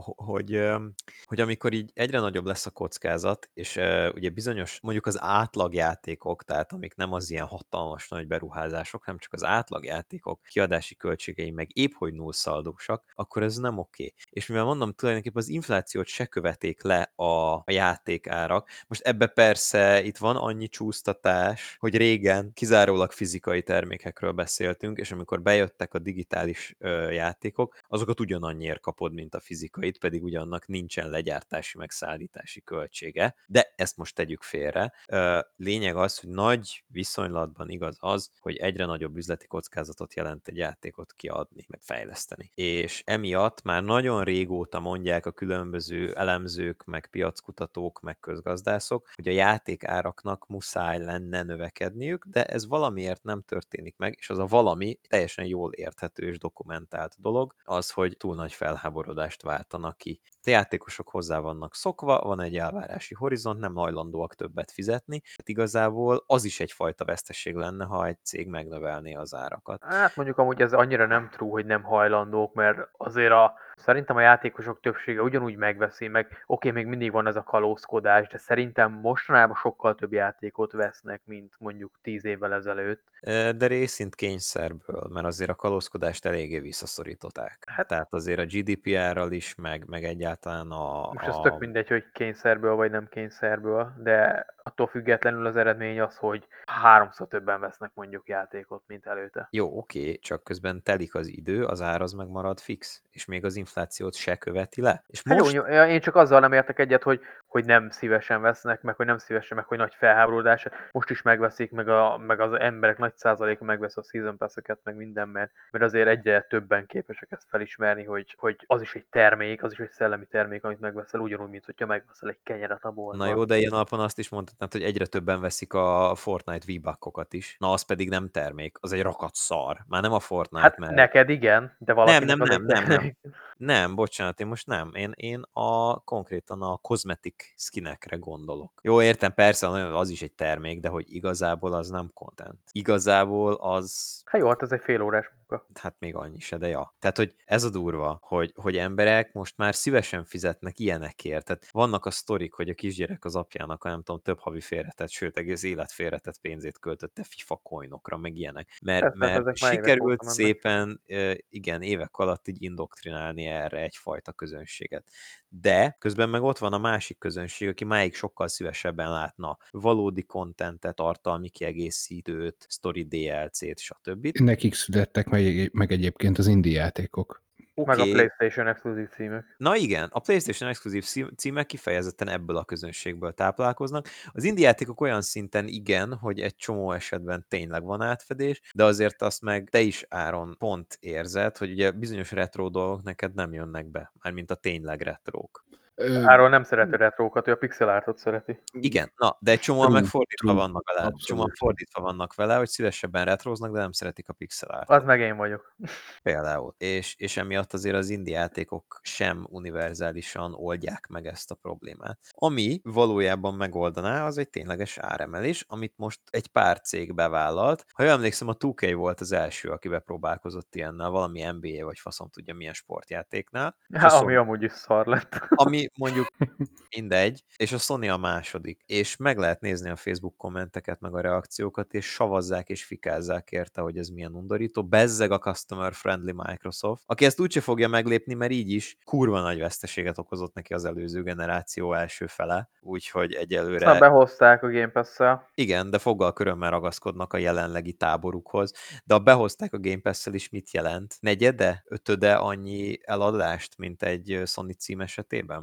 hogy amikor így egyre nagyobb lesz a kockázat, és ugye bizonyos, mondjuk az átlagjátékok, tehát amik nem az ilyen hatalmas nagy beruházások, hanem csak az átlagjátékok kiadási költségei meg épp hogy nullszaldósak, akkor ez nem oké. És mivel mondom, tulajdonképpen az inflációt se követik le a játékárak. Most ebbe persze itt van annyi csúsztatás, hogy régen kizárólag fizikai termékekről beszéltünk, és amikor bejöttek a digitális játékok, azokat ugyanannyiért kapod, mint a fizikait, pedig ugyannak nincsen legyártási meg szállítási költsége, de ezt most tegyük félre. Lényeg az, hogy nagy viszonylatban igaz az, hogy egyre nagyobb üzleti kockázatot jelent egy játékot kiadni, meg fejleszteni. És emiatt már nagyon régóta mondják a különböző elemzők, meg piackutatók, meg közgazdászok, hogy a játékáraknak muszáj lenne növekedniük, de ez valamiért nem történik meg, és az a valami teljesen jól érthető és dokumentált dolog, az, hogy túl nagy felháborodást váltanak ki. A játékosok hozzá vannak szokva, van egy elvárási horizont, nem hajlandóak többet fizetni, hát igazából az is egyfajta veszteség lenne, ha egy cég megnövelné az árakat. Hát mondjuk amúgy ez annyira nem true, hogy nem hajlandók, mert azért szerintem a játékosok többsége ugyanúgy megveszi, meg oké, még mindig van ez a kalózkodás, de szerintem mostanában sokkal több játékot vesznek, mint mondjuk 10 évvel ezelőtt. De részint kényszerből, mert azért a kalózkodást eléggé visszaszorították. Hát- Tehát azért a GDPR-ral is, meg egyáltalán Most ez tök mindegy, hogy kényszerből vagy nem kényszerből, de attól függetlenül az eredmény az, hogy 3-szor többen vesznek mondjuk játékot, mint előtte. Jó, oké, csak közben telik az idő, az ár az meg marad fix, és még az inflációt se követi le. És Hát most... jó, én csak azzal nem értek egyet, hogy nem szívesen vesznek, meg hogy nem szívesen, meg hogy nagy felháborodás. Most is megveszik, meg az emberek nagy százaléka megvesz a Season Pass-eket, meg minden, mert azért egyre többen képesek ezt felismerni, hogy az is egy termék, az is egy szellemi termék, amit megveszel, ugyanúgy, mint hogyha megveszel egy kenyeret a boltban. Na jó, de ilyen alapon azt is mondhatnád, hogy egyre többen veszik a Fortnite V-buckokat is. Na, az pedig nem termék, az egy rakat szar. Már nem a Fortnite, Hát mert... neked igen, de valakinek Nem. Nem, bocsánat, én most nem. Én konkrétan a kozmetik skinekre gondolok. Jó, értem, persze, az is egy termék, de hogy igazából az nem content. Igazából az... Hát jó, hát ez egy fél órás munka. Hát még annyi se, de ja. Tehát, hogy ez a durva, hogy emberek most már szívesen fizetnek ilyenekért. Tehát vannak a sztorik, hogy a kisgyerek az apjának, nem tudom, több havi félretett, sőt, egész élet félretett pénzét költötte FIFA coinokra, meg ilyenek. Persze, Mert ezek már évek sikerült óta mennek. szépen, igen, évek alatt így indoktrinálni erre egyfajta közönséget. De közben meg ott van a másik közönség, aki máig sokkal szívesebben látna valódi contentet, tartalmi kiegészítőt, story DLC-t, stb. Nekik születtek meg egyébként az indie játékok. Meg a Oké. PlayStation exkluzív címek. Na igen, a PlayStation exkluzív címek kifejezetten ebből a közönségből táplálkoznak. Az indie játékok olyan szinten igen, hogy egy csomó esetben tényleg van átfedés, de azért azt meg te is, Áron, pont érzed, hogy ugye bizonyos retro dolgok neked nem jönnek be, mármint a tényleg retrók. Áról nem szereti retrókat, ő a pixel artot szereti. Igen, na, de egy csomóan True, meg fordítva true, vannak vele. abszolút. Csomóan fordítva vannak vele, hogy szívesebben retróznak, de nem szeretik a pixel art. Az meg én vagyok. Például. És emiatt azért az indie játékok sem univerzálisan oldják meg ezt a problémát. Ami valójában megoldaná, az egy tényleges áremelés, amit most egy pár cég bevállalt. Ha jól emlékszem, a 2K volt az első, aki bepróbálkozott ilyennel, valami NBA vagy faszom tudja milyen sportjátéknál. Hát, ami amúgy is szar lett. Ami mondjuk mindegy, és a Sony a második. És meg lehet nézni a Facebook kommenteket, meg a reakciókat, és savazzák és fikázzák érte, hogy ez milyen undorító. Bezzeg a customer friendly Microsoft, aki ezt úgyse fogja meglépni, mert így is kurva nagy veszteséget okozott neki az előző generáció első fele, úgyhogy egyelőre... Aztán behozták a Game Pass-szel. Igen, de foggal körömmel ragaszkodnak a jelenlegi táborukhoz. De ha behozták a Game Pass-szel is, mit jelent? Negyede, ötöde annyi eladást, mint egy Sony cím esetében?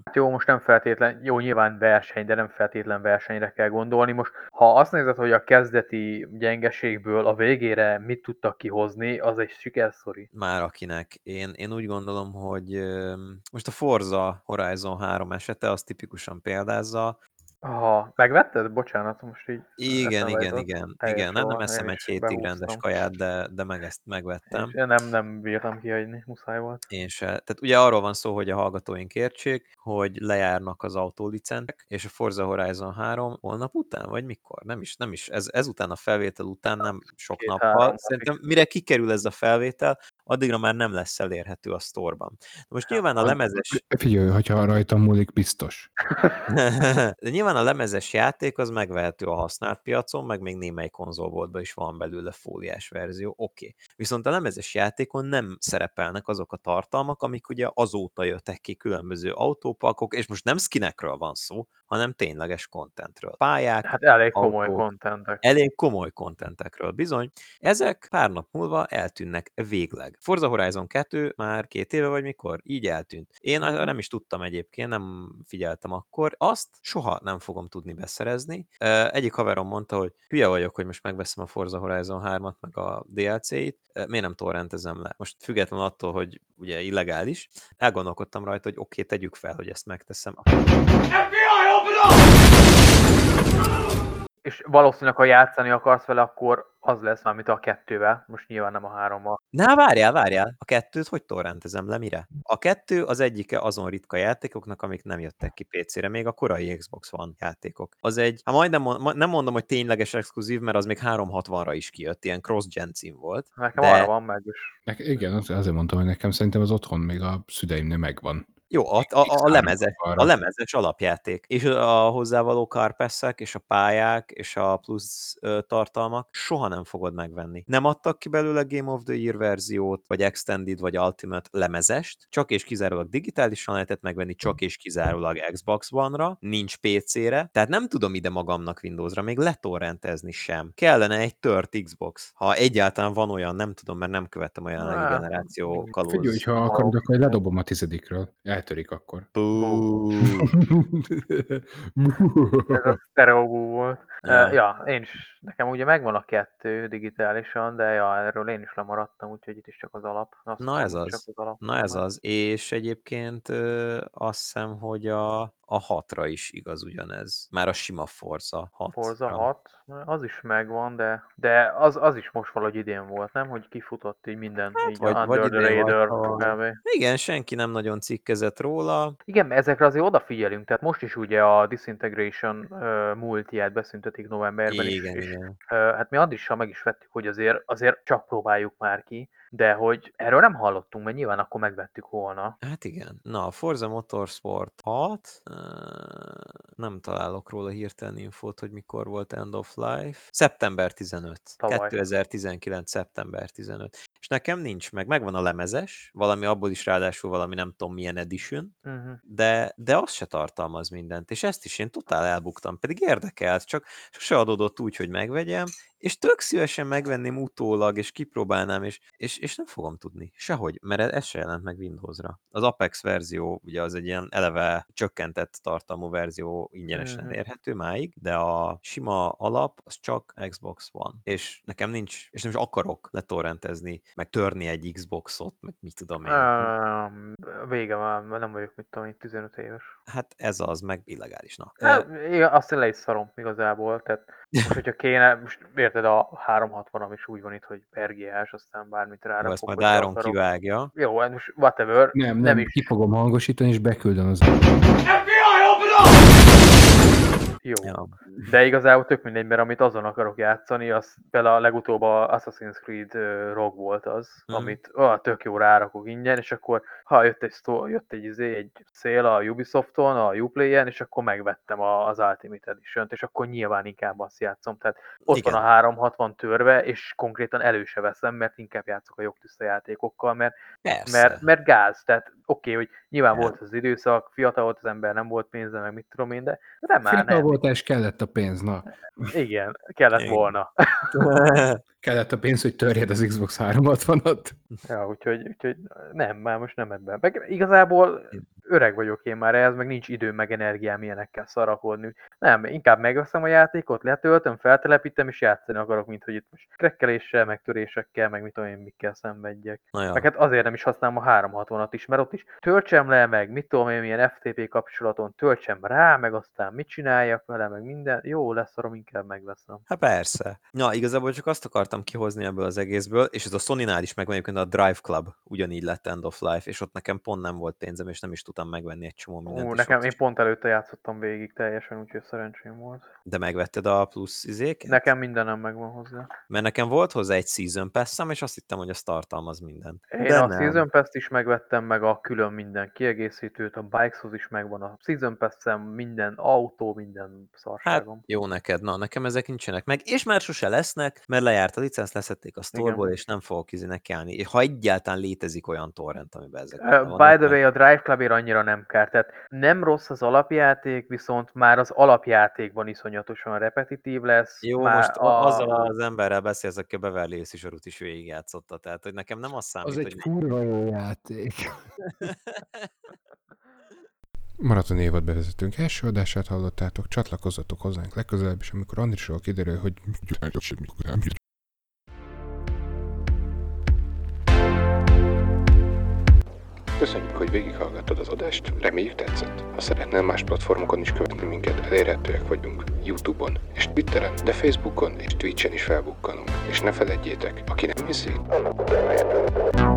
Jó, most nem feltétlen, jó, nyilván verseny, de nem feltétlen versenyre kell gondolni. Most, ha azt nézed, hogy a kezdeti gyengeségből a végére mit tudtak kihozni, az egy sikersztori. Már akinek. Én úgy gondolom, hogy most a Forza Horizon 3 esete az tipikusan példázza. Ha megvetted? Bocsánat, most így Igen. eszembe jutott. Helyes Nem van, eszem én egy is hétig rendes behúztam. kaját, de ezt megvettem. És nem bírtam kihagyni, muszáj volt. Én se. Tehát ugye arról van szó, hogy a hallgatóink értsék, hogy lejárnak az autólicencek, és a Forza Horizon 3 holnap után, vagy mikor? Nem is. Ezután a felvétel után nem sok 2-3 nappal. napig. Szerintem mire kikerül ez a felvétel, addigra már nem lesz elérhető a sztorban. Most nyilván a lemezes... Figyelj, hogyha rajtam múlik, biztos. De nyilván a lemezes játék az megvehető a használt piacon, meg még némely konzolboltban is van belőle fóliás verzió, oké. Viszont a lemezes játékon nem szerepelnek azok a tartalmak, amik ugye azóta jöttek ki, különböző autópakok, és most nem skinekről van szó, hanem tényleges contentről. Pályák, Hát elég komoly autók, kontentek. elég komoly kontentekről bizony. Ezek pár nap múlva eltűnnek végleg. Forza Horizon 2 már 2 éve vagy mikor? Így eltűnt. Én nem is tudtam egyébként, nem figyeltem akkor. Azt soha nem fogom tudni beszerezni. Egyik haverom mondta, hogy hülye vagyok, hogy most megveszem a Forza Horizon 3-at, meg a DLC-t. Miért nem torrentezem le? Most függetlenül attól, hogy ugye illegális, elgondolkodtam rajta, hogy oké, tegyük fel, hogy ezt megteszem. És valószínűleg, ha játszani akarsz vele, akkor az lesz már, mint a 2-vel. Most nyilván nem a 3-mal. Na, várjál. A 2-t hogy torrentezem le, mire? A 2 az egyike azon ritka játékoknak, amik nem jöttek ki PC-re, még a korai Xbox One játékok. Az egy, hát majdnem nem mondom, hogy tényleges exkluzív, mert az még 360-ra is kijött, ilyen cross-gen cím volt. Nekem de... arra van meg is. Igen, azért mondtam, hogy nekem szerintem az otthon még a szüleimnél megvan. Jó, a lemezes alapjáték. És a hozzávaló carpasszek, és a pályák, és a plusz tartalmak soha nem fogod megvenni. Nem adtak ki belőle Game of the Year verziót, vagy Extended, vagy Ultimate lemezest, csak és kizárólag digitálisan lehetett megvenni, csak és kizárólag Xbox One-ra, nincs PC-re, tehát nem tudom ide magamnak Windowsra még letorrentezni sem. Kellene egy tört Xbox. Ha egyáltalán van olyan, nem tudom, mert nem követtem a jelenlegi generáció kalóz. Figyelj, ha akarod, akkor ledobom a 10-ről. Eltörik akkor. Ez a sztereobú volt. Ja. Ja, én is. Nekem ugye megvan a 2 digitálisan, de ja, erről én is lemaradtam, úgyhogy itt is csak az alap. Na ez az. És egyébként azt hiszem, hogy a 6-ra is igaz ugyanez. Már a sima Forza 6. Forza 6, az is megvan, de az is most valahogy idén volt, nem? Hogy kifutott így minden, Hát, így vagy Under the idén, Radar vagy kb. Igen, senki nem nagyon cikkezett róla. Igen, ezekre azért odafigyelünk, tehát most is ugye a Disintegration multiját beszüntetik novemberben is, Igen, és igen. hát mi addig is meg is vettük, hogy azért csak próbáljuk már ki, de hogy erről nem hallottunk, mert nyilván akkor megvettük volna. Hát igen. Na, a Forza Motorsport 6, nem találok róla hirtelen infót, hogy mikor volt End of Life. Szeptember 15. Tavaly. 2019. szeptember 15. És nekem nincs meg. Megvan a lemezes, valami abból is ráadásul valami nem tudom milyen edition, de az se tartalmaz mindent. És ezt is én totál elbuktam, pedig érdekelt, csak sose adódott úgy, hogy megvegyem, és tök szívesen megvenném utólag, és kipróbálnám, és nem fogom tudni. Sehogy, mert ez se jelent meg Windowsra. Az Apex verzió, ugye az egy ilyen eleve csökkentett tartalmú verzió ingyenesen érhető máig, de a sima alap az csak Xbox One. És nekem nincs, és nem is akarok letorrentezni, meg törni egy Xboxot, meg mit tudom én. Vége van, nem vagyok, mit tudom én, 15 éves. Hát ez az, meg illegálisnak. Hát, azt én le is szarom igazából, tehát most, hogyha kéne, most érted, a 360-am is úgy van itt, hogy RGH-s, aztán bármit rárakok. Ezt majd Áron kivágja. Jó, hát most whatever. Nem is. Ki fogom hangosítani, és beküldöm az... Jó. Ja. De igazából tök mindegy, mert amit azon akarok játszani, az például a legutóbb a Assassin's Creed Rogue volt az, amit tök jó rárakok ingyen, és akkor ha jött egy szél a Ubisofton, a Uplay-en, és akkor megvettem az Ultimate Edition-t, és akkor nyilván inkább azt játszom. Tehát ott Igen. van a 360 törve, és konkrétan elő se veszem, mert inkább játszok a jogtiszta játékokkal, mert gáz. Tehát oké, hogy nyilván volt az időszak, fiatal volt az ember, nem volt pénze, meg mit tudom én, de nem már Fiatal nem. voltál, és kellett a pénz, na. Igen, kellett Igen. volna. Kellett a pénz, hogy törjed az Xbox 360-at. Ja, úgyhogy nem, már most nem ebben. Meg igazából öreg vagyok én már ehhez, meg nincs időm, meg energiám ilyenekkel szarakodni. Nem, inkább megveszem a játékot, letöltöm, feltelepítem, és játszani akarok, mint hogy itt most krekkeléssel, meg törésekkel, meg mit tudom én, mikkel szenvedjek. Na ja. Meg hát azért nem is használom a 360-at is, mert ott is töltsem le, meg mit tudom én, milyen FTP kapcsolaton töltsem rá, meg aztán mit csináljak vele, meg minden. Jó, leszarom, inkább megveszem. Hát persze. Ja, igazából csak azt akartam kihozni ebből az egészből, és ez a Sony-nál is megvan, egyébként a Drive Club ugyanígy lett End of Life, és ott nekem pont nem volt pénzem, és nem is tudtam megvenni egy csomó mindent. És Nekem ott én is... pont előtte játszottam végig teljesen, úgyhogy szerencsém volt. De megvetted a plusz izéket? Nekem mindenem megvan hozzá. Mert nekem volt hozzá egy Season Pass-em, és azt hittem, hogy az tartalmaz mindent. Én De a nem. Season Pass-t is megvettem, meg a külön minden kiegészítőt, a Bikeshoz is megvan a Season Pass-em, minden autó, minden Hát szarságom. jó neked, na nekem ezek nincsenek meg, és már sose lesznek, mert lejárt a licenc, leszették a sztorból, Igen. és nem fogok nekiállni. Ha egyáltalán létezik olyan torrent, amiben ezek By the way, a Drive Clubért annyira nem kár, tehát nem rossz az alapjáték, viszont már az alapjátékban iszonyatosan repetitív lesz. Jó, már most azzal az emberrel beszélsz, aki a Beverly Hills Zsarut is végigjátszotta, tehát hogy nekem nem az számít, Az egy hogy... kurva jó játék. Maraton évad bevezetőnk első adását hallottátok, csatlakozzatok hozzánk legközelebb is, amikor Andrisról kiderül, hogy Köszönjük, hogy végighallgattad az adást, reméljük tetszett. Ha szeretnél más platformokon is követni minket, elérhetőek vagyunk YouTube-on és Twitteren, de Facebookon és Twitchen is felbukkanunk. És ne feledjétek, aki nem hiszi, annak utána